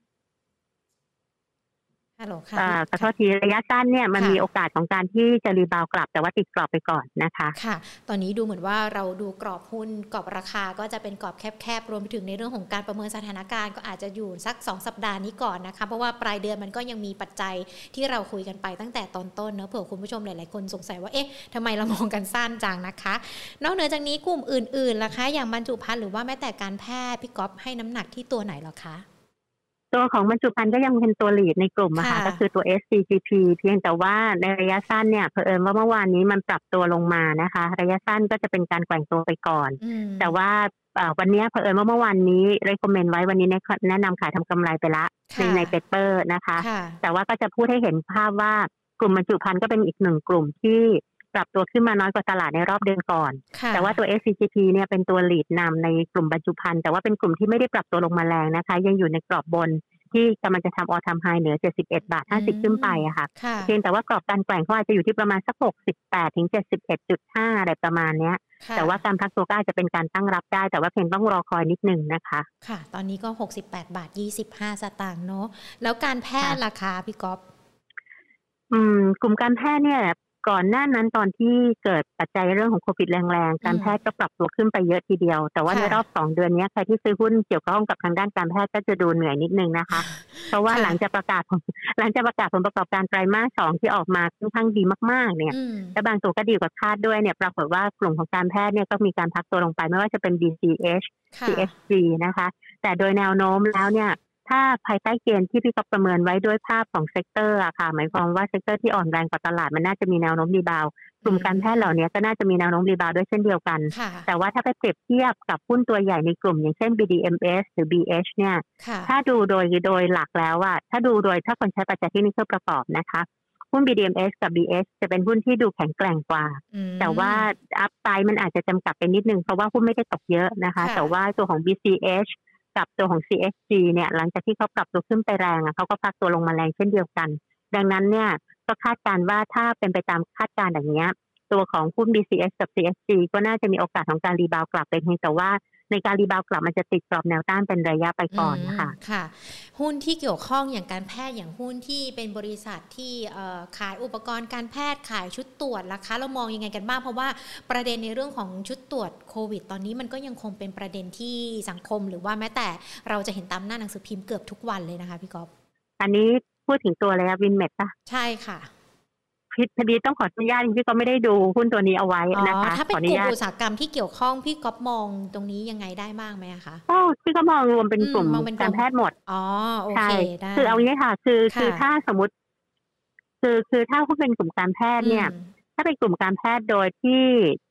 ขอโทษทีระยะสั้นเนี่ยมันมีโอกาสของการที่จะรีบาวกลับแต่ว่าติดกรอบไปก่อนนะคะค่ะตอนนี้ดูเหมือนว่าเราดูกรอบหุ้นกรอบราคาก็จะเป็นกรอบแคบๆรวมไปถึงในเรื่องของการประเมินสถานการณ์ก็อาจจะอยู่สัก2 สัปดาห์นี้ก่อนนะคะเพราะว่าปลายเดือนมันก็ยังมีปัจจัยที่เราคุยกันไปตั้งแต่ตอนต้นเนอะเผื่อคุณผู้ชมหลายๆคนสงสัยว่าเอ๊ะทำไมเรามองกันสั้นจังนะคะนอกเหนือจากนี้กลุ่มอื่นๆล่ะคะอย่างบรรจุภัณฑ์หรือว่าแม้แต่การแพทย์พี่ก๊อฟให้น้ำหนักที่ตัวไหนหรอคะตัวของบรรจุภัณฑ์ก็ยังเป็นตัวลีดในกลุ่มนะคะก็คือตัว SCGP เพียงแต่ว่าในระยะสั้นเนี่ยเผอิญว่าเมื่อวานนี้มันปรับตัวลงมานะคะระยะสั้นก็จะเป็นการแกว่งตัวไปก่อนแต่ว่าวันนี้เผอิญว่าเมื่อวานนี้recommendไว้วันนี้แนะนำขายทำกำไรไปละในเปเปอร์นะคะแต่ว่าก็จะพูดให้เห็นภาพว่ากลุ่มบรรจุภัณฑ์ก็เป็นอีกหนึ่งกลุ่มที่ปรับตัวขึ้นมาน้อยกว่าตลาดในรอบเดือนก่อนแต่ว่าตัว SCGP เนี่ยเป็นตัวลีดนำในกลุ่มบรรจุภัณฑ์แต่ว่าเป็นกลุ่มที่ไม่ได้ปรับตัวลงมาแรงนะคะยังอยู่ในกรอบบนที่กำลังจะทำออทามไฮเหนือ71.50 บาทขึ้นไปอะค่ะเพียงแต่ว่ากรอบการแกว่งเขาอาจจะอยู่ที่ประมาณสัก68ถึง71.5อะไรประมาณเนี้ยแต่ว่าการพักตัวก็อาจจะเป็นการตั้งรับได้แต่ว่าเพียงต้องรอคอยนิดนึงนะคะค่ะตอนนี้ก็68.25 สตางค์เนาะแล้วการแพทย์ราคาพี่ก๊อฟกลุ่มการแพทย์เนี่ยก่อนหน้านั้นตอนที่เกิดปัจจัยเรื่องของโควิดแรงๆการแพทย์ก็ปรับตัวขึ้นไปเยอะทีเดียวแต่ว่าในรอบ2 เดือนนี้ใครที่ซื้อหุ้นเกี่ยวข้องกับทางด้านการแพทย์ก็จะดูเหนื่อยนิดนึงนะคะเพราะว่าหลังจากประกาศผลประกอบการไตรมาส 2ที่ออกมาค่อนข้างดีมากๆเนี่ยและบางตัวก็ดีกว่าคาดด้วยเนี่ยปรากฏว่ากลุ่มของการแพทย์เนี่ยก็มีการพักตัวลงไปไม่ว่าจะเป็น BCH CSG นะคะแต่โดยแนวโน้มแล้วเนี่ยถ้าภายใต้เกณฑ์ที่พี่ก๊อฟประเมินไว้ด้วยภาพของเซกเตอร์อะค่ะหมายความว่าเซกเตอร์ที่อ่อนแรงกว่าตลาดมันน่าจะมีแนวโน้มรีบาวกลุ่มการแพทย์เหล่านี้ก็น่าจะมีแนวโน้มรีบาวด้วยเช่นเดียวกันแต่ว่าถ้าไปเปรียบเทียบกับหุ้นตัวใหญ่ในกลุ่มอย่างเช่น BDMs หรือ BH เนี่ยถ้าดูโดยหลักแล้วอะถ้าคนใช้ปัจจัยเทคนิคประกอบนะคะหุ้น BDMs กับ BH จะเป็นหุ้นที่ดูแข็งแกร่งกว่าแต่ว่าอัพไซด์มันอาจจะจำกัดไปนิดนึงเพราะว่าหุ้นไม่ได้ตกเยอะนะคะแต่ว่าตัวของ BCHกับตัวของ CSG เนี่ยหลังจากที่เขาปรับตัวขึ้นไปแรงเขาก็พักตัวลงมาแรงเช่นเดียวกันดังนั้นเนี่ยก็คาดการณ์ว่าถ้าเป็นไปตามคาดการณ์อย่างนี้ตัวของหุ้น BCH กับ CSG ก็น่าจะมีโอกาสของการรีบาวกลับเป็นเพียงแต่ว่าในการรีบาวกลับมันจะติดกรอบแนวต้านเป็นระยะไปก่อนนะคะค่ะหุ้นที่เกี่ยวข้องอย่างการแพทย์อย่างหุ้นที่เป็นบริษัทที่ขายอุปกรณ์การแพทย์ขายชุดตรวจราคาเรามองยังไงกันบ้างเพราะว่าประเด็นในเรื่องของชุดตรวจโควิดตอนนี้มันก็ยังคงเป็นประเด็นที่สังคมหรือว่าแม้แต่เราจะเห็นตามหน้าหนังสือพิมพ์เกือบทุกวันเลยนะคะพี่ก๊อฟอันนี้พูดถึงตัวอะไรวินเมดป่ะใช่ค่ะพอดีต้องขออนุญาตที่ก็ไม่ได้ดูหุ้นตัวนี้เอาไว้นะคะถ้าเป็นกลุ่มอุตสาหกรรมที่เกี่ยวข้องพี่ก๊อฟมองตรงนี้ยังไงได้บ้างไหมคะพี่ก็มองรวมเป็นกลุ่มการแพทย์หมดโอเคได้คือเอางี้ค่ะคือถ้าสมมติคือถ้าหุ้นเป็นกลุ่มการแพทย์เนี่ยถ้าเป็นกลุ่มการแพทย์โดยที่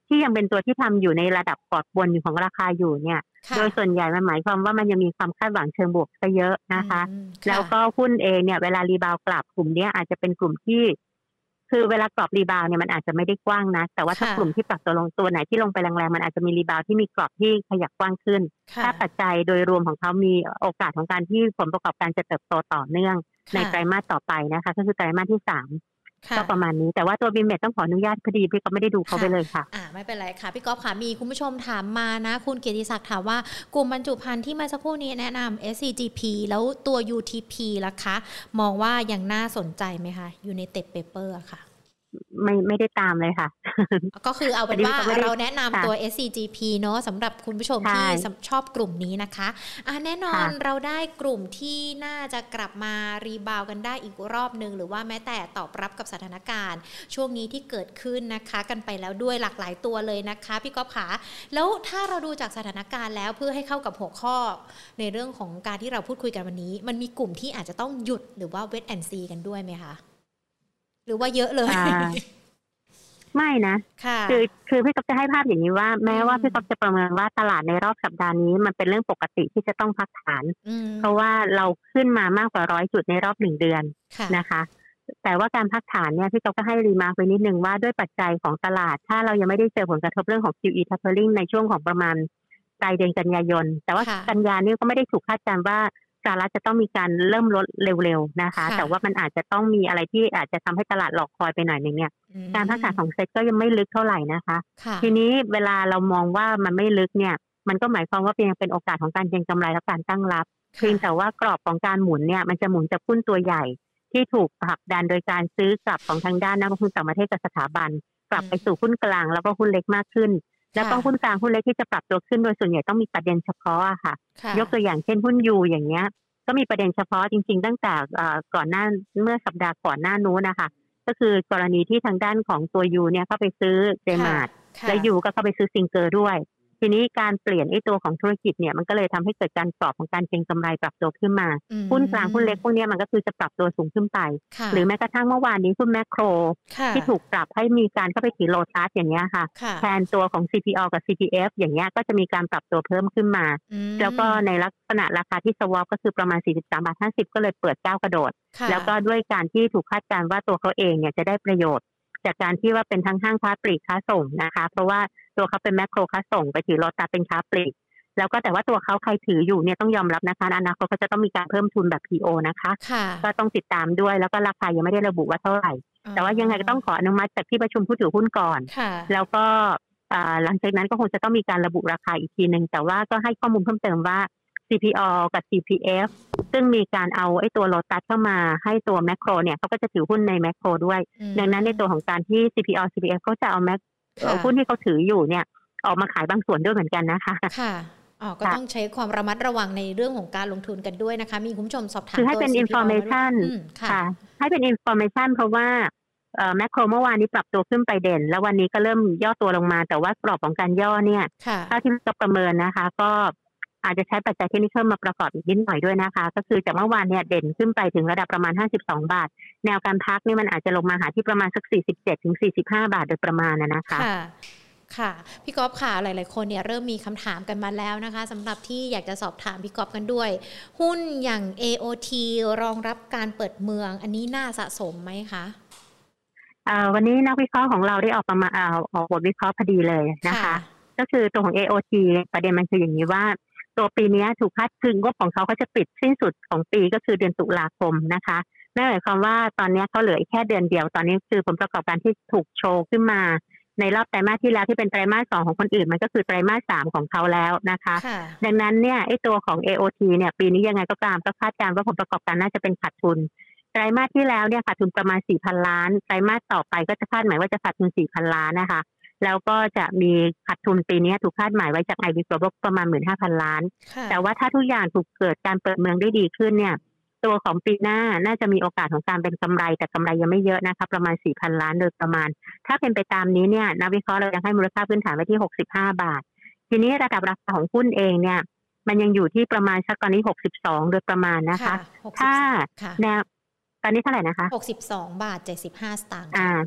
ที่ยังเป็นตัวที่ทำอยู่ในระดับกอดบนอยู่ของราคาอยู่เนี่ยโดยส่วนใหญ่มันหมายความว่ามันยังมีความคาดหวังเชิงบวกซะเยอะนะคะแล้วก็หุ้นเองเนี่ยเวลารีบาวกลับกลุ่มนี้อาจจะเป็นกลุ่มที่คือเวลากรอบรีบาวเนี่ยมันอาจจะไม่ได้กว้างนะแต่ว่าถ้ากลุ่มที่ปรับตัวลงตัวไหนที่ลงไปแรงๆมันอาจจะมีรีบาวที่มีกรอบที่ขยับกว้างขึ้นถ้าปัจจัยโดยรวมของเขามีโอกาสของการที่ผลประกอบการจะเติบโตต่อเนื่องในไตรมาสต่อไปนะคะก็คือไตรมาสที่3ก็ประมาณนี้แต่ว่าตัวบิมเมทต้องขออนุญาตพอดีพี่ก็ไม่ได้ดูเขาไปเลยค่ะไม่เป็นไรค่ะพี่ก๊อฟค่ะมีคุณผู้ชมถามมานะคุณเกียรติศักดิ์ถามว่ากลุ่มบรรจุภัณฑ์ที่มาสักครู่นี้แนะนำ SCGP แล้วตัว UTP ล่ะคะมองว่ายังน่าสนใจไหมคะ United Paper ค่ะไม่ได้ตามเลยค่ะก็คือเอาเป็นว่าเราแนะนำตัว SCGP เนาะสำหรับคุณผู้ชมที่ชอบกลุ่มนี้นะคะแน่นอนเราได้กลุ่มที่น่าจะกลับมารีบาวกันได้อีกรอบนึงหรือว่าแม้แต่ตอบรับกับสถานการณ์ช่วงนี้ที่เกิดขึ้นนะคะกันไปแล้วด้วยหลากหลายตัวเลยนะคะพี่ก๊อฟขาแล้วถ้าเราดูจากสถานการณ์แล้วเพื่อให้เข้ากับหัวข้อในเรื่องของการที่เราพูดคุยกันวันนี้มันมีกลุ่มที่อาจจะต้องหยุดหรือว่าเวทแอนด์ซีกันด้วยไหมคะหรือว่าเยอะเลยไม่นะคือพี่ก๊อฟจะให้ภาพอย่างนี้ว่าแม้ว่าพี่ก๊อฟจะประเมินว่าตลาดในรอบสัปดาห์นี้มันเป็นเรื่องปกติที่จะต้องพักฐานเพราะว่าเราขึ้นมามากกว่า100 จุดในรอบ1 เดือนนะคะแต่ว่าการพักฐานเนี่ยพี่ก๊อฟก็ให้รีมาร์คไว้นิดนึงว่าด้วยปัจจัยของตลาดถ้าเรายังไม่ได้เจอผลกระทบเรื่องของ QE tapering ในช่วงของประมาณปลายเดือนกันยายนแต่ว่ากันยานี้ก็ไม่ได้ถูกคาดการณ์ว่าสหรัฐจะต้องมีการเริ่มลดเร็วๆนะคะแต่ว่ามันอาจจะต้องมีอะไรที่อาจจะทำให้ตลาดหลอกคอยไปหน่อยนึงเนี่ยการพักฐานของเซ็ตก็ยังไม่ลึกเท่าไหร่นะคะทีนี้เวลาเรามองว่ามันไม่ลึกเนี่ยมันก็หมายความว่ายังเป็นโอกาสของการเก็งกำไรและการตั้งรับเพียงแต่ว่ากรอบของการหมุนเนี่ยมันจะหมุนจากหุ้นตัวใหญ่ที่ถูกผลักดันโดยการซื้อกลับของทางด้านนักลงทุนต่างประเทศกับสถาบันกลับไปสู่หุ้นกลางแล้วก็หุ้นเล็กมากขึ้นแล้วก็หุ้นกลางหุ้นเล็กที่จะปรับตัวขึ้นโดยส่วนใหญ่ต้องมีประเด็นเฉพาะค่ะยกตัวอย่างเช่นหุ้นยูอย่างเงี้ยก็มีประเด็นเฉพาะจริงๆตั้งแต่ก่อนหน้าเมื่อสัปดาห์ก่อนหน้านู้นนะคะก็คือกรณีที่ทางด้านของตัวยูเนี่ยเข้าไปซื้อเดมาร์ทและยูก็เข้าไปซื้อซิงเกอร์ด้วยทีนี้การเปลี่ยนตัวของธุรกิจเนี่ยมันก็เลยทำให้เกิดการกรอบของการเก็งกำไรปรับตัวขึ้นมาหุ้นกลางหุ้นเล็กพวกนี้มันก็คือจะปรับตัวสูงขึ้นไปหรือแม้กระทั่งเมื่อวานนี้หุ้นแมคโครที่ถูกปรับให้มีการเข้าไปถือโลตัสอย่างเงี้ยค่ะแทนตัวของ CPO กับ CPF อย่างเงี้ยก็จะมีการปรับตัวเพิ่มขึ้นมาแล้วก็ในลักษณะราคาที่สวอปก็คือประมาณ 43.50 ก็เลยเปิดก้าวกระโดดแล้วก็ด้วยการที่ถูกคาดการณ์ว่าตัวเขาเองเนี่ยจะได้ประโยชน์จากการที่ว่าเป็นทั้งห้างค้าปลีกค้าส่งนะคะเพราะว่าตัวเขาเป็นแมคโครค้าส่งไปถือโลตัสเป็นค้าปลีกแล้วก็แต่ว่าตัวเขาใครถืออยู่เนี่ยต้องยอมรับนะคะอนาคตเขาจะต้องมีการเพิ่มทุนแบบ PO นะคะก็ต้องติดตามด้วยแล้วก็ราคายังไม่ได้ระบุว่าเท่าไหร่แต่ว่ายังไงก็ต้องขออนุมัติจากที่ประชุมผู้ถือหุ้นก่อนแล้วก็หลังจากนั้นก็คงจะต้องมีการระบุราคาอีกทีนึงแต่ว่าก็ให้ข้อมูลเพิ่มเติมว่า CPO กับ CPF ซึ่งมีการเอาตัวโลตัสเข้ามาให้ตัวแมคโครเนี่ยเขาก็จะถือหุ้นในแมคโครด้วยดังนั้นในตัวของการที่ CPO CPF เขาจะเอาหุ้นที่เขาถืออยู่เนี่ยออกมาขายบางส่วนด้วยเหมือนกันนะคะค่ะก็ต้องใช้ความระมัดระวังในเรื่องของการลงทุนกันด้วยนะคะมีคุณผู้ชมสอบถามคือให้เป็น information ค่ะให้เป็น information เพราะว่าแมคโครเมื่อวานนี้ปรับตัวขึ้นไปเด่นแล้ววันนี้ก็เริ่มย่อตัวลงมาแต่ว่ากรอบของการย่อเนี่ยถ้าที่เราประเมินนะคะก็อาจจะใช้ปัจจัยเทคนิคมาประกอบอีกนิดหน่อยด้วยนะคะก็คือจากเมื่อวานเนี่ยเด่นขึ้นไปถึงระดับประมาณ52 บาทแนวการพักนี่มันอาจจะลงมาหาที่ประมาณสัก47 ถึง 45 บาทโดยประมาณนะคะค่ะพี่ก๊อฟค่ะหลายๆคนเนี่ยเริ่มมีคำถามกันมาแล้วนะคะสำหรับที่อยากจะสอบถามพี่ก๊อฟกันด้วยหุ้นอย่าง AOT รองรับการเปิดเมืองอันนี้น่าสะสมไหมคะวันนี้นักวิเคราะห์ของเราได้ออกบทวิเคราะห์พอดีเลยนะคะก็คือตัวของ AOT ประเด็นมันคืออย่างนี้ว่าตัวปีนี้ถูกคาดคืนงบของเขาจะปิดสิ้นสุดของปีก็คือเดือนตุลาคมนะคะนั่นหมายความว่าตอนนี้เขาเหลือแค่เดือนเดียวตอนนี้คือผลประกอบการที่ถูกโชว์ขึ้นมาในรอบไตรมาสที่แล้วที่เป็นไตรมาส 2ของคนอื่นมันก็คือไตรมาส 3ของเขาแล้วนะคะดังนั้นเนี่ยตัวของ AOT เนี่ยปีนี้ยังไงก็ตามก็คาดการณ์ว่าผลประกอบการน่าจะเป็นขาดทุนไตรมาสที่แล้วเนี่ยขาดทุนประมาณ 4,000 ล้านไตรมาสต่อไปก็จะคาดหมายว่าจะขาดทุน 4,000 ล้านนะคะแล้วก็จะมีขาดทุนปีนี้ถูกคาดหมายไว้จาก IB Global ประมาณ 15,000 ล้านแต่ว่าถ้าทุกอย่างถูกเกิดการเปิดเมืองได้ดีขึ้นเนี่ยตัวของปีหน้าน่าจะมีโอกาสของการเป็นกำไรแต่กำไรยังไม่เยอะนะคะประมาณ 4,000 ล้านโดยประมาณถ้าเป็นไปตามนี้เนี่ยนักวิเคราะห์เรายังให้มูลค่าพื้นฐานไว้ที่65 บาททีนี้ระดับราคาของหุ้นเองเนี่ยมันยังอยู่ที่ประมาณสักตอนนี้62โดยประมาณนะคะถ้าแนวตอนนี้เท่าไหร่นะคะ 62.75 บาท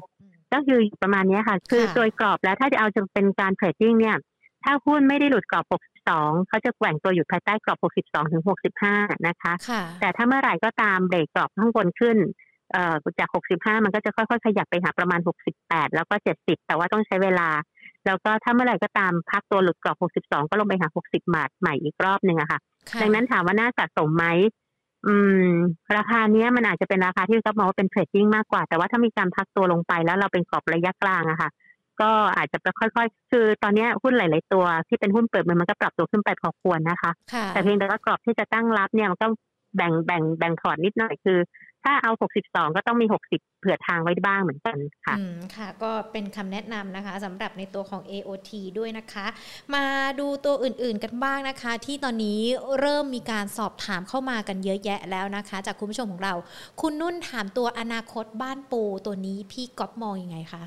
ก็คือประมาณนี้ค่ะคือโดยกรอบแล้วถ้าจะเอาจะเป็นการเทรดดิ้งเนี่ยถ้าหุ้นไม่ได้หลุดกรอบ62เขาจะแกว่งตัวอยู่ภายใต้กรอบ62ถึง65นะคะแต่ถ้าเมื่อไหร่ก็ตามเบรกกรอบข้างบนขึ้นจาก65มันก็จะค่อยๆขยับไปหาประมาณ68แล้วก็70แต่ว่าต้องใช้เวลาแล้วก็ถ้าเมื่อไหร่ก็ตามพักตัวหลุดกรอบ62ก็ลงไปหา60บาทใหม่อีกรอบนึงอะค่ะดังนั้นถามว่าน่าสะสมไหมราคาเนี้ยมันอาจจะเป็นราคาที่ก็มองว่าเป็นเทรดดิ้งมากกว่าแต่ว่าถ้ามีการพักตัวลงไปแล้วเราเป็นกรอบระยะกลางอะค่ะก็อาจจะค่อยๆคือตอนนี้หุ้นหลายๆตัวที่เป็นหุ้นเปิดมันก็ปรับตัวขึ้นไปพอควรนะคะแต่เพียงแต่ว่ากรอบที่จะตั้งรับเนี่ยมันก็แบ่งพอร์ตนิดหน่อยคือถ้าเอา62ก็ต้องมี60เผื่อทางไว้บ้างเหมือนกันค่ะค่ะก็เป็นคำแนะนำนะคะสำหรับในตัวของ AOT ด้วยนะคะมาดูตัวอื่นๆกันบ้างนะคะที่ตอนนี้เริ่มมีการสอบถามเข้ามากันเยอะแยะแล้วนะคะจากคุณผู้ชมของเราคุณนุ่นถามตัวอนาคตบ้านปูตัวนี้พี่ก๊อฟมองยังไงคะ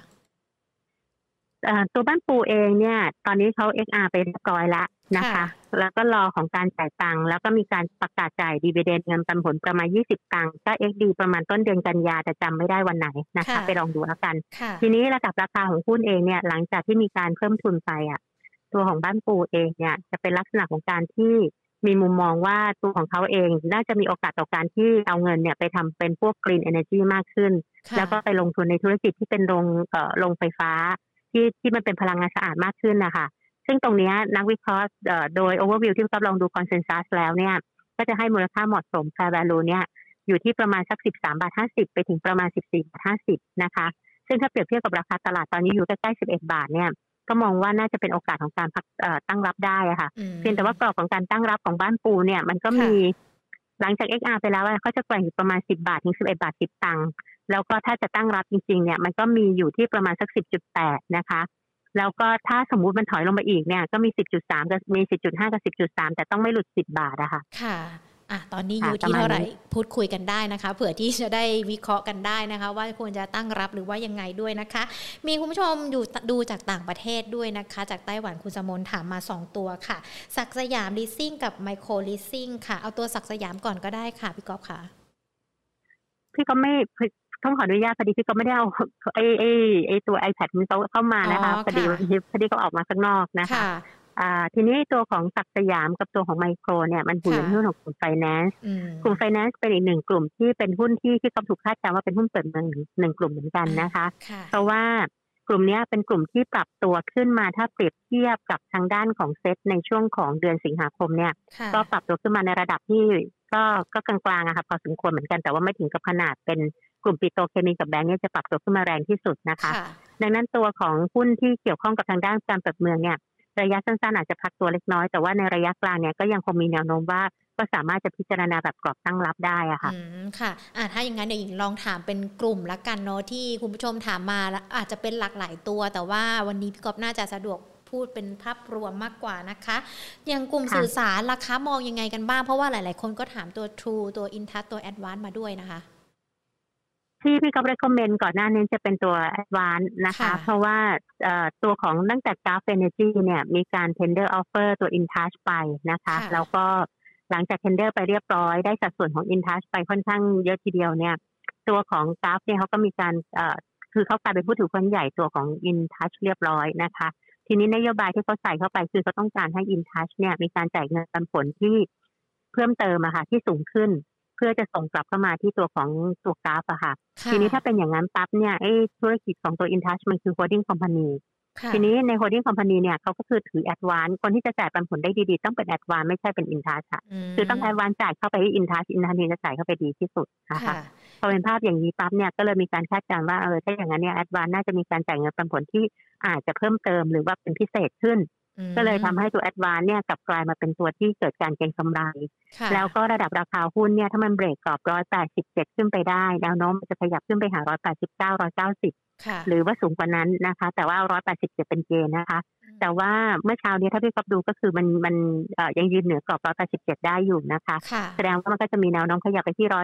ตัวบ้านปูเองเนี่ยตอนนี้เขา XR ไปเรียบร้อยแล้วนะคะแล้วก็รอของการจ่ายตังค์แล้วก็มีการประกาศจ่ายดีเวเดนเงินปันผลประมาณ20ตังค์ก็ XD ประมาณต้นเดือนกันยาแต่จำไม่ได้วันไหนนะคะไปลองดูแล้วกันทีนี้ระดับราคาของหุ้นเองเนี่ยหลังจากที่มีการเพิ่มทุนไปตัวของบ้านปูเองเนี่ยจะเป็นลักษณะของการที่มีมุมมองว่าตัวของเขาเองน่าจะมีโอกาสต่อการที่เอาเงินเนี่ยไปทำเป็นพวก Green Energy มากขึ้นแล้วก็ไปลงทุนในธุรกิจที่เป็นโรงไฟฟ้าที่มันเป็นพลังงานสะอาดมากขึ้นนะคะซึ่งตรงนี้นักวิเคราะห์โดย overview ที่เราลองดู consensus แล้วเนี่ยก็จะให้มูลค่าเหมาะสม fair value เนี่ยอยู่ที่ประมาณสัก13.50 ไปถึงประมาณ14.50 นะคะซึ่งถ้าเปรียบเทียบกับราคาตลาดตอนนี้อยู่ใกล้ๆ11 บาทเนี่ยก็มองว่าน่าจะเป็นโอกาสของการตั้งรับได้ค่ะเพียงแต่ว่ากรอบของการตั้งรับของบ้านปูเนี่ยมันก็มีหลังจาก XR ไปแล้วเขาจะแกว่งอยู่ประมาณ10 บาทถึง11 บาท 10 ตังค์แล้วก็ถ้าจะตั้งรับจริงๆเนี่ยมันก็มีอยู่ที่ประมาณสัก 10.8 นะคะแล้วก็ถ้าสมมุติมันถอยลงมาอีกเนี่ยก็มี 10.3 กับมี 10.5 กับ 10.3 แต่ต้องไม่หลุด10 บาทอะค่ะค่ะตอนนี้อยู่ที่เท่าไหร่พูดคุยกันได้นะคะเผื่อที่จะได้วิเคราะห์กันได้นะคะว่าควรจะตั้งรับหรือว่ายังไงด้วยนะคะมีคุณผู้ชมอยู่ดูจากต่างประเทศด้วยนะคะจากไต้หวันคุณสมนถามมา2ตัวค่ะศักดิ์สยามลีสซิ่งกับไมโครลีสซิ่งค่ะเอาตัวศักดิ์สยามก่อนก็ได้ค่ะพี่ก๊อฟค่ะพี่ก็ไม่ต้องขออนุญาตพอดีพี่ก็ไม่ได้เอาไอ้ตัว iPad มันเข้ามานะคะพอดีเขาออกมาข้างนอกนะคะทีนี้ตัวของศักดิ์สยามกับตัวของไมโครเนี่ยมันอยู่ในหุ้นของกลุ่มไฟแนนซ์กลุ่มไฟแนนซ์เป็นอีกหนึ่งกลุ่มที่เป็นหุ้นที่ก็ถูกคาดการณ์ว่าเป็นหุ้นเปิดเมืองหนึ่งกลุ่มเหมือนกันนะคะเพราะว่ากลุ่มนี้เป็นกลุ่มที่ปรับตัวขึ้นมาถ้าเปรียบเทียบกับทางด้านของเซ็ตในช่วงของเดือนสิงหาคมเนี่ยก็ปรับตัวขึ้นมาในระดับที่ก็กลางๆอะค่ะพอสมควรเหมือนกันแต่ว่าไม่ถึงกับขนาดเป็นกลุ่มปิโตรเคมีกับแบงก์เนี่ยจะปรับตัวขึ้นมาแรงที่สุดนะคะดังนั้นตัวของหุ้นที่เกี่ยวข้องกับทางด้านการเปิดเมืองเนี่ยระยะสั้นๆอาจจะพักตัวเล็กน้อยแต่ว่าในระยะกลางเนี่ยก็ยังคงมีแนวโน้มว่าก็สามารถจะพิจารณาแบบกรอบตั้งรับได้อะค่ะค่ะถ้าอย่างนั้นเดี๋ยวหญิงลองถามเป็นกลุ่มละกันเนาะที่คุณผู้ชมถามมาอาจจะเป็นหลากหลายตัวแต่ว่าวันนี้พี่ก๊อฟน่าจะสะดวกพูดเป็นภาพรวมมากกว่านะคะอย่างกลุ่มสื่อสารราคามองยังไงกันบ้างเพราะว่าหลายๆคนก็ถามตัว True ตัว Intouch ตัว Advance มาด้วยนะคะที่พี่ก็recommendก่อนหน้านี้จะเป็นตัว Advance นะคะเพราะว่าตัวของตั้งแต่ Gulf Energy เนี่ยมีการ tender offer ตัว Intouch ไปนะคะแล้วก็หลังจาก tender ไปเรียบร้อยได้สัดส่วนของ Intouch ไปค่อนข้างเยอะทีเดียวเนี่ยตัวของ Gulf เนี่ยเขาก็มีการคือเขากลายเป็นผู้ถือหุ้นใหญ่ตัวของ Intouch เรียบร้อยนะคะทีนี้นโยบายที่เขาใส่เข้าไปคือเขาต้องการให้ Intouch เนี่ยมีการจ่ายเงินปันผลที่เพิ่มเติมอะค่ะที่สูงขึ้นเพื่อจะส่งกลับเข้ามาที่ตัวของตัวกราฟอะค่ะทีนี้ถ้าเป็นอย่างนั้นปั๊บเนี่ยธุรกิจของตัว Intouch มันคือ holding company ทีนี้ใน holding company เนี่ยเขาก็คือถือ Advance คนที่จะจ่ายปันผลได้ดีๆต้องเป็น Advance ไม่ใช่เป็น Intouch ค่ะคือต้อง Advance จ่ายเข้าไปที่ Intouch จะจ่ายเข้าไปดีที่สุดนะคะพอเป็นภาพอย่างนี้ปั๊บเนี่ยก็เลยมีการคาดการณ์ว่าถ้าอย่างนั้นเนี่ย Advance น่าจะมีการจ่ายเงินปันผลที่อาจจะเพิ่มเติมหรือว่าเป็นพิเศษขึ้นก็เลยทำให้ตัว Advance เนี่ยกลับกลายมาเป็นตัวที่เกิดการเก็งกำไรแล้วก็ระดับราคาหุ้นเนี่ยถ้ามันเบรกกรอบ187ขึ้นไปได้แนวโน้มจะขยับขึ้นไปหา189 190หรือว่าสูงกว่านั้นนะคะแต่ว่า187เป็นเกณฑ์นะคะแต่ว่าเมื่อเช้านี้ถ้าพี่ก๊อฟดูก็คือมันยังยืนเหนือกรอบ187ได้อยู่นะคะแสดงว่ามันก็จะมีแนวโน้มขยับไปที่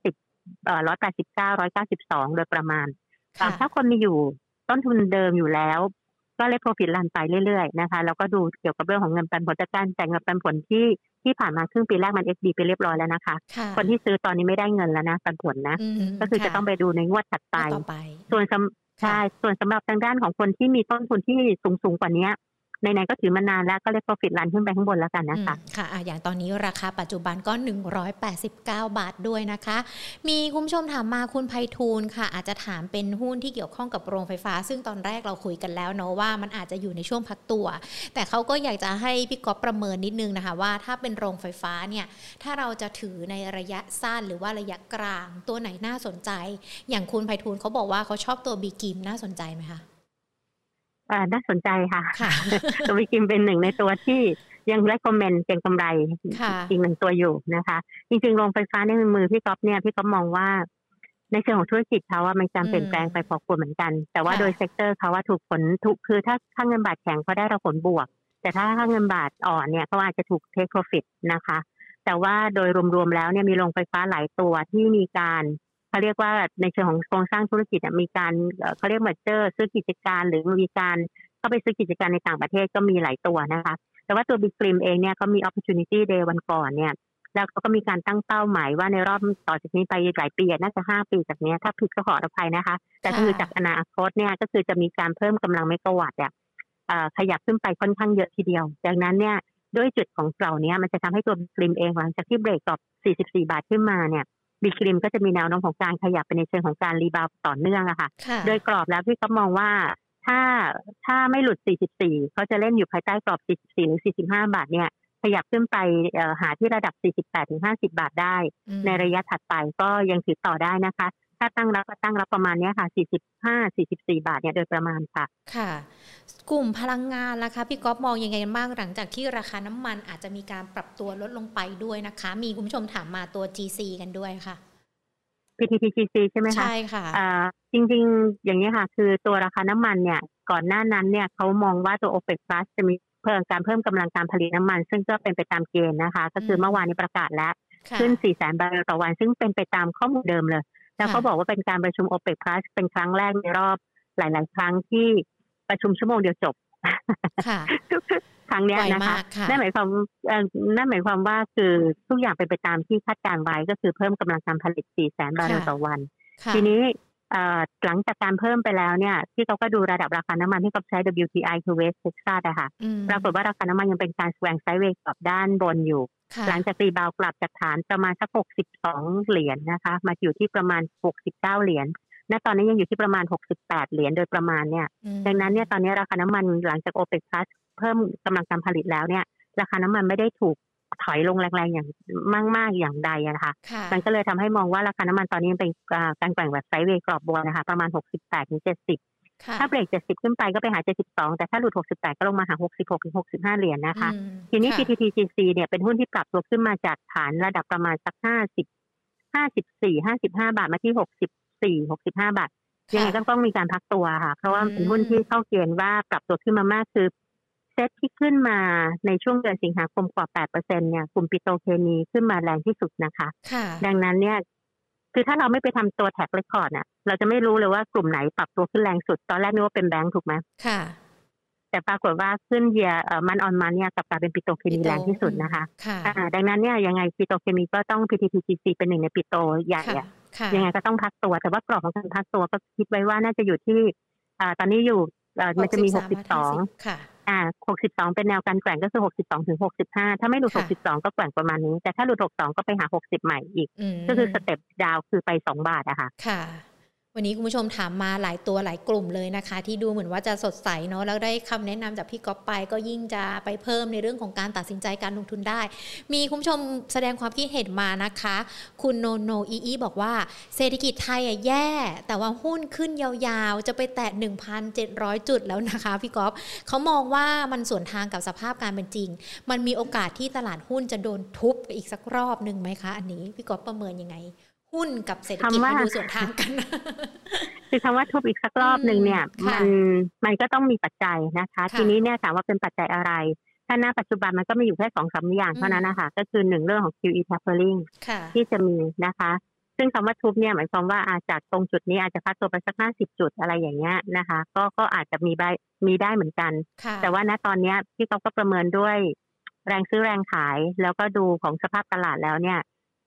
189 192โดยประมาณถ้าคนมีอยู่ต้นทุนเดิมอยู่แล้วก็เลทโปรฟิตรันไปเรื่อยๆนะคะแล้วก็ดูเกี่ยวกับเรื่องของเงินปันผลจากการจ่ายเงินปันผลที่ผ่านมาครึ่งปีแรกมัน XD ไปเรียบร้อยแล้วนะคะคนที่ซื้อตอนนี้ไม่ได้เงินแล้วนะปันผลนะก็คือจะต้องไปดูในงวดถัดไปส่วนใช่ส่วนสำหรับทางด้านของคนที่มีต้นทุนที่สูงกว่านี้ไหนๆก็ถือมานานแล้วก็เรียก profit run ขึ้นไปข้างบนแล้วกันนะคะค่ะอย่างตอนนี้ราคาปัจจุบันก็189 บาทด้วยนะคะมีคุณผู้ชมถามมาคุณไพฑูรย์ค่ะอาจจะถามเป็นหุ้นที่เกี่ยวข้องกับโรงไฟฟ้าซึ่งตอนแรกเราคุยกันแล้วเนาะว่ามันอาจจะอยู่ในช่วงพักตัวแต่เขาก็อยากจะให้พี่ก๊อฟประเมินนิดนึงนะคะว่าถ้าเป็นโรงไฟฟ้าเนี่ยถ้าเราจะถือในระยะสั้นหรือว่าระยะกลางตัวไหนน่าสนใจอย่างคุณไพฑูรย์เขาบอกว่าเขาชอบตัวบีกิมน่าสนใจไหมคะน่าสนใจค่ะตัววิกิมเป็นหนึ่งในตัวที่ยัง recommend เก็งกำไรอีกหนึ่งตัวอยู่นะคะจริงๆโรงไฟฟ้าในมือพี่ก๊อฟเนี่ยพี่ก๊อฟมองว่าในเชิงของธุรกิจเขาว่ามันการเปลี่ยนแปลงไปพอควรเหมือนกันแต่ว่าโดยเซกเตอร์เขาว่าถูกผลคือถ้าเงินบาทแข็งเขาได้รับผลบวกแต่ถ้าเงินบาทอ่อนเนี่ยเขาอาจจะถูก take profit นะคะแต่ว่าโดยรวมๆแล้วเนี่ยมีโรงไฟฟ้าหลายตัวที่มีการเขาเรียกว่าในเชิงของโครงสร้างธุรกิจมีการเขาเรียก merger ซื้อกิจการหรือมีการเข้าไปซื้อกิจการในต่างประเทศก็มีหลายตัวนะคะแต่ว่าตัว Big Glim เองเนี่ยก็มี opportunity day วันก่อนเนี่ยแล้วเขาก็มีการตั้งเป้าหมายว่าในรอบต่อจากนี้ไปหลายปีน่าจะ5 ปีจากนี้ถ้าผิดก็ขออภัยนะคะแต่คือจากอนาคตเนี่ยก็คือจะมีการเพิ่มกำลังเมกะวัตต์เนี่ยขยับขึ้นไปค่อนข้างเยอะทีเดียวดังนั้นเนี่ยด้วยจุดของเราเนี่ยมันจะทำให้ตัว Big Glim เองหลังจากที่เบรกกรอบ44 บาทขึ้นมาเนี่ยBig Glim ก็จะมีแนวโน้มของการขยับไปในเชิงของการรีบาวต่อเนื่องอะค่ะโดยกรอบแล้วพี่ก็มองว่าถ้าไม่หลุด44เขาจะเล่นอยู่ภายใต้กรอบ44หรือ45 บาทเนี่ยขยับขึ้นไปหาที่ระดับ48-50 บาทได้ในระยะถัดไปก็ยังถือต่อได้นะคะถ้าตั้งรับก็ตั้งรับประมาณนี้ค่ะ45-44 บาทเนี่ยโดยประมาณค่ะค่ะกลุ่มพลังงานล่ะคะพี่ก๊อฟมองยังไงกันบ้างหลังจากที่ราคาน้ำมันอาจจะมีการปรับตัวลดลงไปด้วยนะคะมีคุณผู้ชมถามมาตัว GC กันด้วยค่ะ PTTGC ใช่ไหมคะใช่ค่ะจริงๆอย่างนี้ค่ะคือตัวราคาน้ำมันเนี่ยก่อนหน้านั้นเนี่ยเขามองว่าตัว OPEC Plus จะมีเพิ่มกำลังการผลิตน้ำมันซึ่งก็เป็นไปตามเกณฑ์นะคะก็คือเมื่อวานนี้ประกาศแล้วขึ้น 400,000 บาร์เรลต่อวันซึ่งเป็นไปตามข้อมูลเดิมเลยแล้วเขาบอกว่าเป็นการประชุม OPEC Plus เป็นครั้งแรกในรอบหลายๆครั้งที่ประชุมชั่วโมงเดียวจบครั้งนี้นะคะนั่นหมายความว่าคือทุกอย่างเป็นไปตามที่คาดการไว้ก็คือเพิ่มกำลังการผลิต 400,000 บาร์เรลต่อวันทีนี้หลังจากการเพิ่มไปแล้วเนี่ยที่เขาก็ดูระดับราคาน้ำมันที่เขาใช้ WTI คือ West Texas อะค่ะปรากฏว่าราคาน้ำมันยังเป็นการแสวงไซด์เวย์กลับด้านบนอยู่หลังจากรีบาวกลับจากฐานประมาณสัก62 เหรียญ นะคะมาอยู่ที่ประมาณ69 เหรียญณตอนนี้ยังอยู่ที่ประมาณ68 เหรียญโดยประมาณเนี่ยดังนั้นเนี่ยตอนนี้ราคาน้ำมันหลังจาก OPEC Plus เพิ่มกำลังการผลิตแล้วเนี่ยราคาน้ำมันไม่ได้ถูกถอยลงแรงๆอย่างมากๆอย่างใดนะคะมันก็เลยทำให้มองว่าราคาน้ำมันตอนนี้เป็นการแกว่งแบบไซด์เวย์กรอบบนนะคะประมาณ68-70ถ้าเบรก70ขึ้นไปก็ไปหา72แต่ถ้าหลุด68ก็ลงมาหา66-65 เหรียญนะคะทีนี้ PTTGC เนี่ยเป็นหุ้นที่ปรับตัวขึ้นมาจากฐานระดับประมาณสัก54-55 บาทมาที่64-65 บาทยังไงก็ต้องมีการพักตัวค่ะเพราะว่าเป็นหุ้นที่เข้าเกณฑ์ว่าปรับตัวขึ้นมามากคือเซ็ตที่ขึ้นมาในช่วงเดือนสิงหาคมกว่า 8% เนี่ยกลุ่มปิโตรเคมีขึ้นมาแรงที่สุดนะคะดังนั้นเนี่ยคือถ้าเราไม่ไปทำตัวแท็กเรคคอร์ดเนี่ยเราจะไม่รู้เลยว่ากลุ่มไหนปรับตัวขึ้นแรงสุดตอนแรกนึกว่าเป็นแบงค์ถูกไหมค่ะแต่ปรากฏว่าขึ้นมันออนมาเนี่ยกลับกลายเป็นปิโตรเคมีแรงที่สุดนะคะดังนั้นเนี่ยยังไงปิโตรเคมีก็ต้อง PTTGC เป็นหนึ่งในปิโตรใหญ่ยังไงก็ต้องพักตัวแต่ว่ากรอบของการพักตัวก็คิดไว้ว่าน่าจะอยู่ที่ตอนนี้อยู่มันจะมี62ค่ะ62เป็นแนวการแกว่งก็คือ62-65ถ้าไม่หลุด62ก็แกว่งประมาณนี้แต่ถ้าหลุด62ก็ไปหา60ใหม่อีกก็คือสเต็ปดาวคือไป2 บาทอะค่ะค่ะวันนี้คุณผู้ชมถามมาหลายตัวหลายกลุ่มเลยนะคะที่ดูเหมือนว่าจะสดใสเนาะแล้วได้คำแนะนำจากพี่ก๊อฟไปก็ยิ่งจะไปเพิ่มในเรื่องของการตัดสินใจการลงทุนได้มีคุณผู้ชมแสดงความคิดเห็นมานะคะคุณโนโนอีบอกว่าเศรษฐกิจไทยแย่แต่ว่าหุ้นขึ้นยาวๆจะไปแตะ 1,700 จุดแล้วนะคะพี่ก๊อฟเขามองว่ามันสวนทางกับสภาพการเป็นจริงมันมีโอกาสที่ตลาดหุ้นจะโดนทุบอีกสักรอบนึงไหมคะอันนี้พี่ก๊อฟประเมินยังไงหุ้นกับเศรษฐกิจมันดูสวนทางกันคือคำว่าทุบอีกสักรอบหนึ่งเนี่ยมันก็ต้องมีปัจจัยนะคะทีนี้เนี่ยถามว่าเป็นปัจจัยอะไรถ้าณปัจจุบันมันก็มีอยู่แค่ 2-3 อย่างเท่านั้นนะคะก็คือ1เรื่องของ QE tapering ที่จะมีนะคะซึ่งคำว่าทุบเนี่ยหมายความว่าจากตรงจุดนี้อาจจะพักตัวไปสัก50 จุดอะไรอย่างเงี้ยนะคะก็อาจจะมีได้เหมือนกันแต่ว่าณตอนนี้พี่ก็ประเมินด้วยแรงซื้อแรงขายแล้วก็ดูของสภาพตลาดแล้วเนี่ย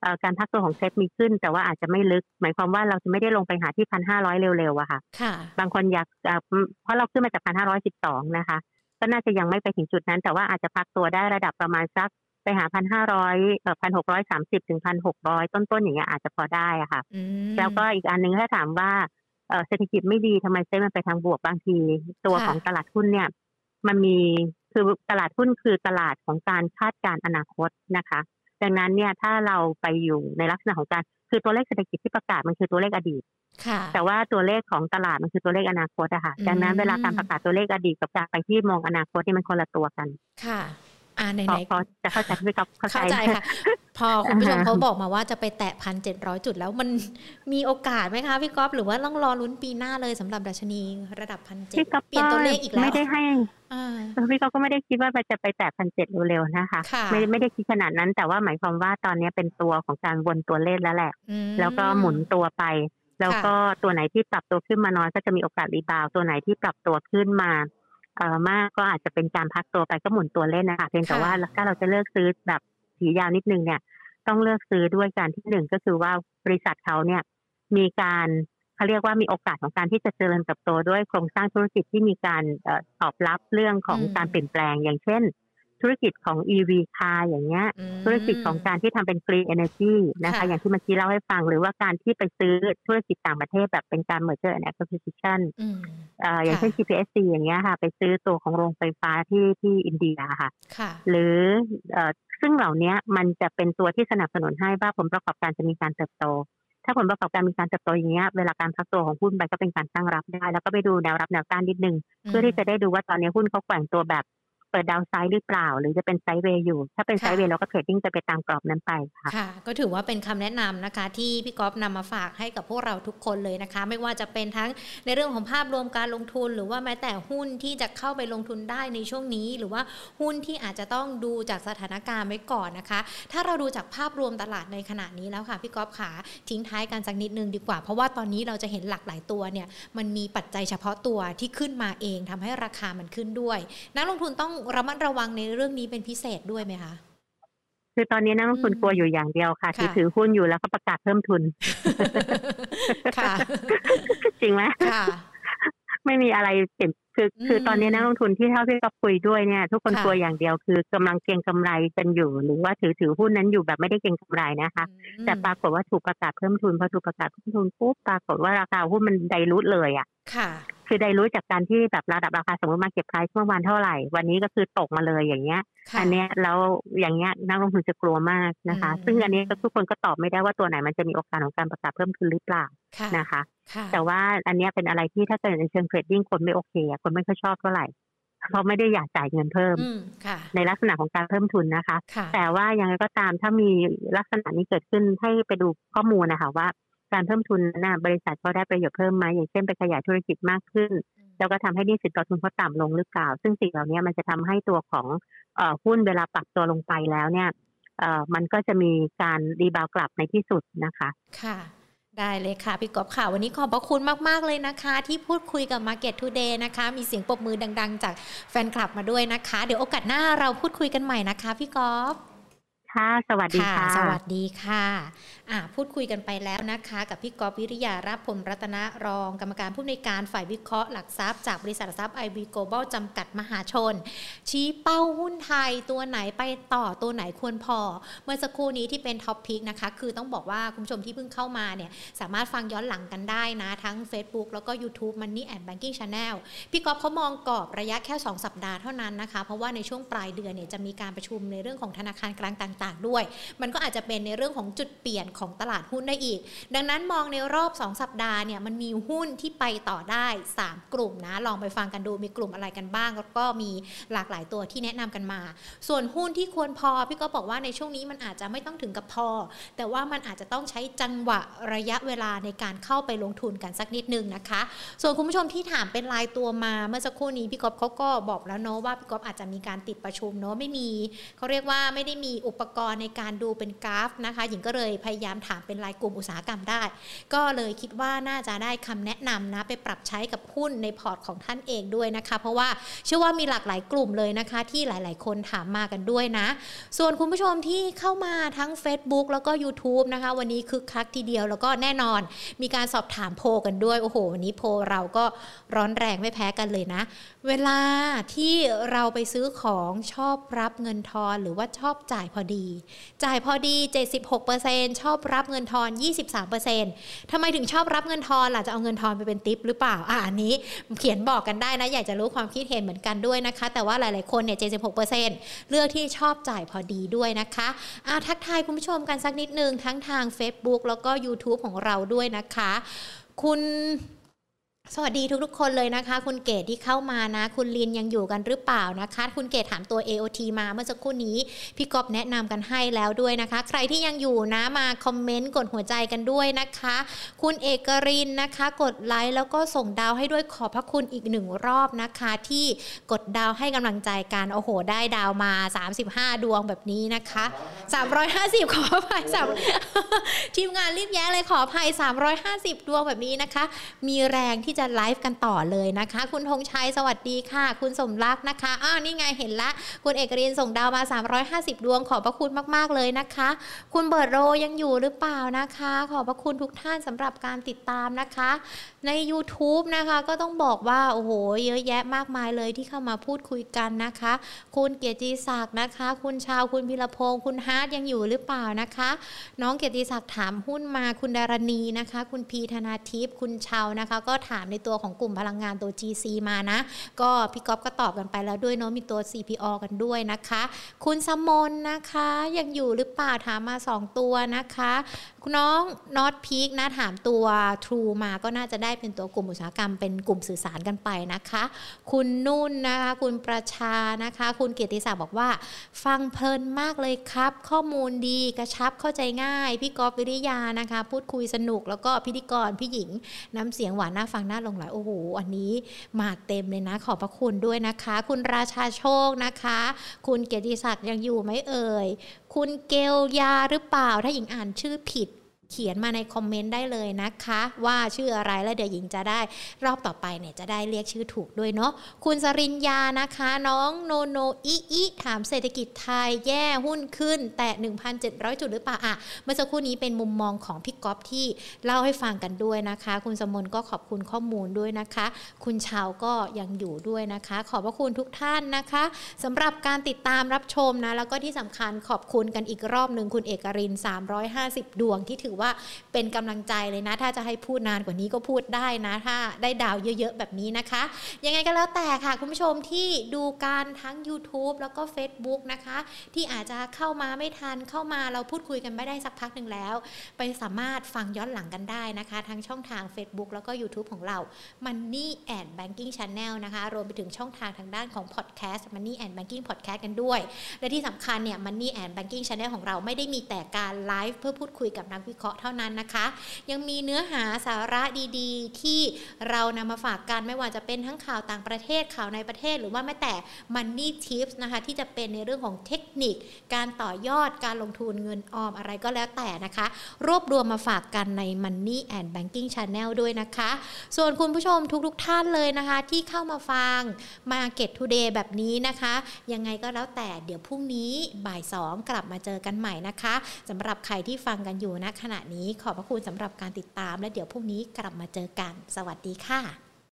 การพักตัวของเซตมีขึ้นแต่ว่าอาจจะไม่ลึกหมายความว่าเราจะไม่ได้ลงไปหาที่ 1,500 เร็วๆอะค่ะบางคนอยากเพราะเราขึ้นมาจาก 1,512 นะคะก็น่าจะยังไม่ไปถึงจุดนั้นแต่ว่าอาจจะพักตัวได้ระดับประมาณสักไปหา 1,500 1,630 ถึง 1,600 ต้นๆอย่างเงี้ยอาจจะพอได้อะค่ะแล้วก็อีกอันนึงถ้าถามว่าเศรษฐกิจไม่ดีทำไมเซ็ตมันไปทางบวกบางทีตัวของตลาดหุ้นเนี่ยมันมีคือตลาดหุ้นคือตลาดของการคาดการณ์อนาคตนะคะดังนั้นเนี่ยถ้าเราไปอยู่ในลักษณะของการคือตัวเลขเศรษฐกิจที่ประกาศมันคือตัวเลขอดีตแต่ว่าตัวเลขของตลาดมันคือตัวเลขอนาคตอะค่ะดังนั้นเวลาการประกาศตัวเลขอดีตกับการไปที่มองอนาคตนี่มันคนละตัวกันค่ะไหนพอจะเข้าใจไหมครับเข้าใจค่ะพอคุณผู้ชมเขาบอกมาว่าจะไปแตะ 1,700 จุดแล้วมันมีโอกาสไหมคะพี่ก๊อฟหรือว่าต้องรอลุ้นปีหน้าเลยสำหรับดัชนีระดับ 1,700 เปลี่ยนตัวเลขอีกแล้วไม่ได้ให้พี่ก๊อฟก็ไม่ได้คิดว่าจะไปแตะ 1,700 เร็วๆนะคะไม่ได้คิดขนาดนั้นแต่ว่าหมายความว่าตอนนี้เป็นตัวของการวนตัวเลขแล้วแหละแล้วก็หมุนตัวไปแล้วก็ตัวไหนที่ปรับตัวขึ้นมาน้อยก็จะมีโอกาสรีบาวตัวไหนที่ปรับตัวขึ้นมามากก็อาจจะเป็นการพักตัวไปก็หมุนตัวเล่นนะคะเพียงแต่ว่าถ้าเราจะเลือกซื้อแบบถือยาวนิดนึงเนี่ยต้องเลือกซื้อด้วยการที่หนึ่งก็คือว่าบริษัทเขาเนี่ยมีการเขาเรียกว่ามีโอกาสของการที่จะเจริญเติบโตด้วยโครงสร้างธุรกิจที่มีการตอบรับเรื่องของการเปลี่ยนแปลงอย่างเช่นธุรกิจของ EV car อย่างเงี้ยธุรกิจของการที่ทำเป็น Green Energy นะคะอย่างที่เมื่อกี้เล่าให้ฟังหรือว่าการที่ไปซื้อธุรกิจต่างประเทศแบบเป็นการ Merger and Acquisition อย่างเช่น GPSC อย่างเงี้ยค่ะไปซื้อตัวของโรงไฟฟ้าที่อินเดียค่ะหรือซึ่งเหล่านี้มันจะเป็นตัวที่สนับสนุนให้ว่าผลประกอบการจะมีการเติบโตถ้าผลประกอบการมีการเติบโตอย่างเงี้ยเวลาการพักตัวของหุ้นไปก็เป็นการตั้งรับได้แล้วก็ไปดูแนวรับแนวต้านนิดนึงเพื่อที่จะได้ดูว่าตอนนี้หุ้นเขาแกว่งตัวแบบเปิดดาวไซด์หรือเปล่าหรือจะเป็นไซด์เวย์อยู่ถ้าเป็นไซด์เวย์เราก็เทรดดิ้งไปตามกรอบนั้นไปค่ะก็ถือว่าเป็นคำแนะนำนะคะที่พี่ก๊อฟนำมาฝากให้กับพวกเราทุกคนเลยนะคะไม่ว่าจะเป็นทั้งในเรื่องของภาพรวมการลงทุนหรือว่าแม้แต่หุ้นที่จะเข้าไปลงทุนได้ในช่วงนี้หรือว่าหุ้นที่อาจจะต้องดูจากสถานการณ์ไว้ก่อนนะคะถ้าเราดูจากภาพรวมตลาดในขณะนี้แล้วค่ะพี่ก๊อฟขาทิ้งท้ายกันสักนิดนึงดีกว่าเพราะว่าตอนนี้เราจะเห็นหลากหลายตัวเนี่ยมันมีปัจจัยเฉพาะตัวที่ขึ้นมาเองทำให้ราคามันขึ้นด้วยนักลงทุนต้องระมัดระวังในเรื่องนี้เป็นพิเศษด้วยไหมคะคือตอนนี้นักลงทุนกลัวอยู่อย่างเดียวค่ะถือหุ้นอยู่แล้วก็ประกาศเพิ่มทุนค่ะจริงไหมค่ะไม่มีอะไรเปลี่ยนคือตอนนี้นักลงทุนที่เท่าที่เราคุยด้วยเนี่ยทุกคนกลัวอย่างเดียวคือกำลังเก็งกำไรกันอยู่หรือว่าถือหุ้นนั้นอยู่แบบไม่ได้เก็งกำไรนะคะแต่ปรากฏว่าถูกประกาศเพิ่มทุนพอถูกประกาศเพิ่มทุนปุ๊บปรากฏว่าราคาหุ้นมันไดรูทเลยอ่ะคือได้รู้จากการที่แบบระดับราคาสมมติมาเก็บไพรซ์เมื่อวานเท่าไหร่วันนี้ก็คือตกมาเลยอย่างเงี้ยอันเนี้ยแล้วอย่างเงี้ยนักลงทุนจะกลัวมากนะคะซึ่งอันนี้ก็ทุกคนก็ตอบไม่ได้ว่าตัวไหนมันจะมีโอกาสของการประกาศเพิ่มขึ้นหรือเปล่านะคะแต่ว่าอันเนี้ยเป็นอะไรที่ถ้าเกิดในเชิงเทรดดิ้งคนไม่โอเคคนไม่ค่อยชอบเท่าไหร่เพราะไม่ได้อยากจ่ายเงินเพิ่มในลักษณะของการเพิ่มทุนนะคะแต่ว่ายังไงก็ตามถ้ามีลักษณะนี้เกิดขึ้นให้ไปดูข้อมูลนะคะว่าการเพิ่มทุนนั้นบริษัทเขาได้ประโยชน์เพิ่มไหมอย่างเช่นไปขยายธุรกิจมากขึ้นแล้วก็ทำให้หนี้สินต่อทุนเขาต่ำลงหรือเปล่าซึ่งสิ่งเหล่านี้มันจะทำให้ตัวของหุ้นเวลาปรับตัวลงไปแล้วเนี่ยมันก็จะมีการรีบาวกลับในที่สุดนะคะค่ะได้เลยค่ะพี่กอบค่ะวันนี้ขอบพระคุณมากๆเลยนะคะที่พูดคุยกับ Market Today นะคะมีเสียงปรบมือดังๆจากแฟนคลับมาด้วยนะคะเดี๋ยวโอกาสหน้าเราพูดคุยกันใหม่นะคะพี่กอบค่ะสวัสดีค่ะสวัสดีค่ะพูดคุยกันไปแล้วนะคะกับพี่ก๊อฟวิริยาราภพลรัตนรองกรรมการผู้อำนวยการฝ่ายวิเคราะห์หลักทรัพย์จากบริษัทหลักทรัพย์ IB Global จำกัดมหาชนชี้เป้าหุ้นไทยตัวไหนไปต่อตัวไหนควรพอเมื่อสักครู่นี้ที่เป็นท็อปพิกนะคะคือต้องบอกว่าคุณผู้ชมที่เพิ่งเข้ามาเนี่ยสามารถฟังย้อนหลังกันได้นะทั้ง Facebook แล้วก็ YouTube Money and Banking Channel พี่ก๊อฟเขามองกรอบระยะแค่2สัปดาห์เท่านั้นนะคะเพราะว่าในช่วงปลายเดือนเนี่ยจะมีการประชุมในเรื่องของธนาคารกลางต่างๆด้วยมันก็อาจจะเป็นในเรื่องของจุดเปลี่ยนของตลาดหุ้นได้อีกดังนั้นมองในรอบ2สัปดาห์เนี่ยมันมีหุ้นที่ไปต่อได้3กลุ่มนะลองไปฟังกันดูมีกลุ่มอะไรกันบ้างแล้วก็มีหลากหลายตัวที่แนะนำกันมาส่วนหุ้นที่ควรพอพี่ก็บอกว่าในช่วงนี้มันอาจจะไม่ต้องถึงกับพอแต่ว่ามันอาจจะต้องใช้จังหวะระยะเวลาในการเข้าไปลงทุนกันสักนิดนึงนะคะส่วนคุณผู้ชมที่ถามเป็นรายตัวมาเมื่อสักครู่นี้พี่ก๊อฟเขาก็บอกแล้วเนาะว่าพี่ก๊อฟอาจจะมีการติดประชุมเนาะไม่มีเขาเรียกว่าไม่ได้มีอุปกกรณ์ในการดูเป็นกราฟนะคะหญิงก็เลยพยายามถามเป็นรายกลุ่มอุตสาหกรรมได้ก็เลยคิดว่าน่าจะได้คำแนะนำนะไปปรับใช้กับหุ้นในพอร์ตของท่านเองด้วยนะคะเพราะว่าเชื่อว่ามีหลากหลายกลุ่มเลยนะคะที่หลายๆคนถามมากันด้วยนะส่วนคุณผู้ชมที่เข้ามาทั้ง Facebook แล้วก็ YouTube นะคะวันนี้คึกคักทีเดียวแล้วก็แน่นอนมีการสอบถามโพลกันด้วยโอ้โหวันนี้โพลเราก็ร้อนแรงไม่แพ้กันเลยนะเวลาที่เราไปซื้อของชอบรับเงินทอนหรือว่าชอบจ่ายพอดี 76% ชอบรับเงินทอน 23% ทำไมถึงชอบรับเงินทอนล่ะจะเอาเงินทอนไปเป็นทิปหรือเปล่าอันนี้เขียนบอกกันได้นะอยากจะรู้ความคิดเห็นเหมือนกันด้วยนะคะแต่ว่าหลายๆคนเนี่ย 76% เลือกที่ชอบจ่ายพอดีด้วยนะคะทักทายคุณผู้ชมกันสักนิดนึงทั้งทาง Facebook แล้วก็ YouTube ของเราด้วยนะคะคุณสวัสดีทุกๆคนเลยนะคะคุณเกดที่เข้ามานะคุณลินยังอยู่กันหรือเปล่านะคะคุณเกดถามตัว AOT มาเมื่อสักครู่นี้พี่ก๊อฟแนะนำกันให้แล้วด้วยนะคะใครที่ยังอยู่นะมาคอมเมนต์กดหัวใจกันด้วยนะคะคุณเอกรินนะคะกดไลค์แล้วก็ส่งดาวให้ด้วยขอบพระคุณอีก1รอบนะคะที่กดดาวให้กำลังใจกันโอ้โหได้ดาวมา35ดวงแบบนี้นะคะ350ขออภัยทีมงานรีบแย้เลยขออภัย350ดวงแบบนี้นะคะมีแรงที่จะไลฟ์กันต่อเลยนะคะคุณธงชัยสวัสดีค่ะคุณสมรักนะคะนี่ไงเห็นละคุณเอกรินส่งดาวมา350ดวงขอบพระคุณมากๆเลยนะคะคุณเบิร์ดโรยังอยู่หรือเปล่านะคะขอบพระคุณทุกท่านสำหรับการติดตามนะคะใน YouTube นะคะก็ต้องบอกว่าโอ้โหเยอะแยะมากมายเลยที่เข้ามาพูดคุยกันนะคะคุณเกียรติศักดิ์นะคะคุณชาวคุณพิรพงศ์คุณฮาร์ดยังอยู่หรือเปล่านะคะน้องเกียรติศักดิ์ถามหุ้นมาคุณดารณีนะคะคุณพีธนาทิพย์คุณชาวนะคะก็ถามในตัวของกลุ่มพลังงานตัว GC มานะก็พี่ก๊อฟก็ตอบกันไปแล้วด้วยเนาะมีตัว CPO กันด้วยนะคะคุณสมนนะคะยังอยู่หรือเปล่าถามมา2ตัวนะคะคุณน้องน็อตพีคนะถามตัว True มาก็น่าจะได้เป็นตัวกลุ่มอุตสาหกรรมเป็นกลุ่มสื่อสารกันไปนะคะคุณนุ่นนะคะคุณประชานะคะคุณเกียรติศักดิ์บอกว่าฟังเพลินมากเลยครับข้อมูลดีกระชับเข้าใจง่ายพี่ก๊อฟวิริยานะคะพูดคุยสนุกแล้วก็พิธีกรพี่หญิงน้ำเสียงหวานน่าฟังน่าหลงไหลโอ้โหอันนี้มาเต็มเลยนะขอบพระคุณด้วยนะคะคุณราชาโชคนะคะคุณเกียรติศักดิ์ยังอยู่ไหมเอ่ยคุณเกลยาหรือเปล่าถ้าหญิงอ่านชื่อผิดเขียนมาในคอมเมนต์ได้เลยนะคะว่าชื่ออะไรแล้วเดี๋ยวหญิงจะได้รอบต่อไปเนี่ยจะได้เรียกชื่อถูกด้วยเนาะคุณสริญญานะคะน้องโนโนอิถามเศรษฐกิจไทยแย่หุ้นขึ้นแต่ 1,700 จุดหรือเปล่าเมื่อสักครู่นี้เป็นมุมมองของพี่ก๊อฟที่เล่าให้ฟังกันด้วยนะคะคุณสมนก็ขอบคุณข้อมูลด้วยนะคะคุณชาวก็ยังอยู่ด้วยนะคะขอบพระคุณทุกท่านนะคะสำหรับการติดตามรับชมนะแล้วก็ที่สำคัญขอบคุณกันอีกรอบนึงคุณเอกริน350ดวงที่ถือว่าเป็นกำลังใจเลยนะถ้าจะให้พูดนานกว่านี้ก็พูดได้นะถ้าได้ดาวเยอะๆแบบนี้นะคะยังไงก็แล้วแต่ค่ะคุณผู้ชมที่ดูการทั้ง YouTube แล้วก็ Facebook นะคะที่อาจจะเข้ามาไม่ทันเข้ามาเราพูดคุยกันไม่ได้สักพักหนึ่งแล้วไปสามารถฟังย้อนหลังกันได้นะคะทั้งช่องทาง Facebook แล้วก็ YouTube ของเรา Money and Banking Channel นะคะรวมไปถึงช่องทางทางด้านของ Podcast Money and Banking Podcast กันด้วยและที่สำคัญเนี่ย Money and Banking Channel ของเราไม่ได้มีแต่การไลฟ์เพื่อพูดคุยกับนักวิเคราะห์เท่านั้นนะคะยังมีเนื้อหาสาระดีๆที่เรานำมาฝากกันไม่ว่าจะเป็นทั้งข่าวต่างประเทศข่าวในประเทศหรือว่าแม้แต่ Money Tips นะคะที่จะเป็นในเรื่องของเทคนิคการต่อยอดการลงทุนเงินออมอะไรก็แล้วแต่นะคะรวบรวมมาฝากกันใน Money and Banking Channel ด้วยนะคะส่วนคุณผู้ชมทุกท่านเลยนะคะที่เข้ามาฟัง Market Today แบบนี้นะคะยังไงก็แล้วแต่เดี๋ยวพรุ่งนี้บ่าย 2กลับมาเจอกันใหม่นะคะสำหรับใครที่ฟังกันอยู่ณขณะนี้ขอบพระคุณสำหรับการติดตามและเดี๋ยวพรุ่งนี้กลับมาเจอกันสวัสดีค่ะ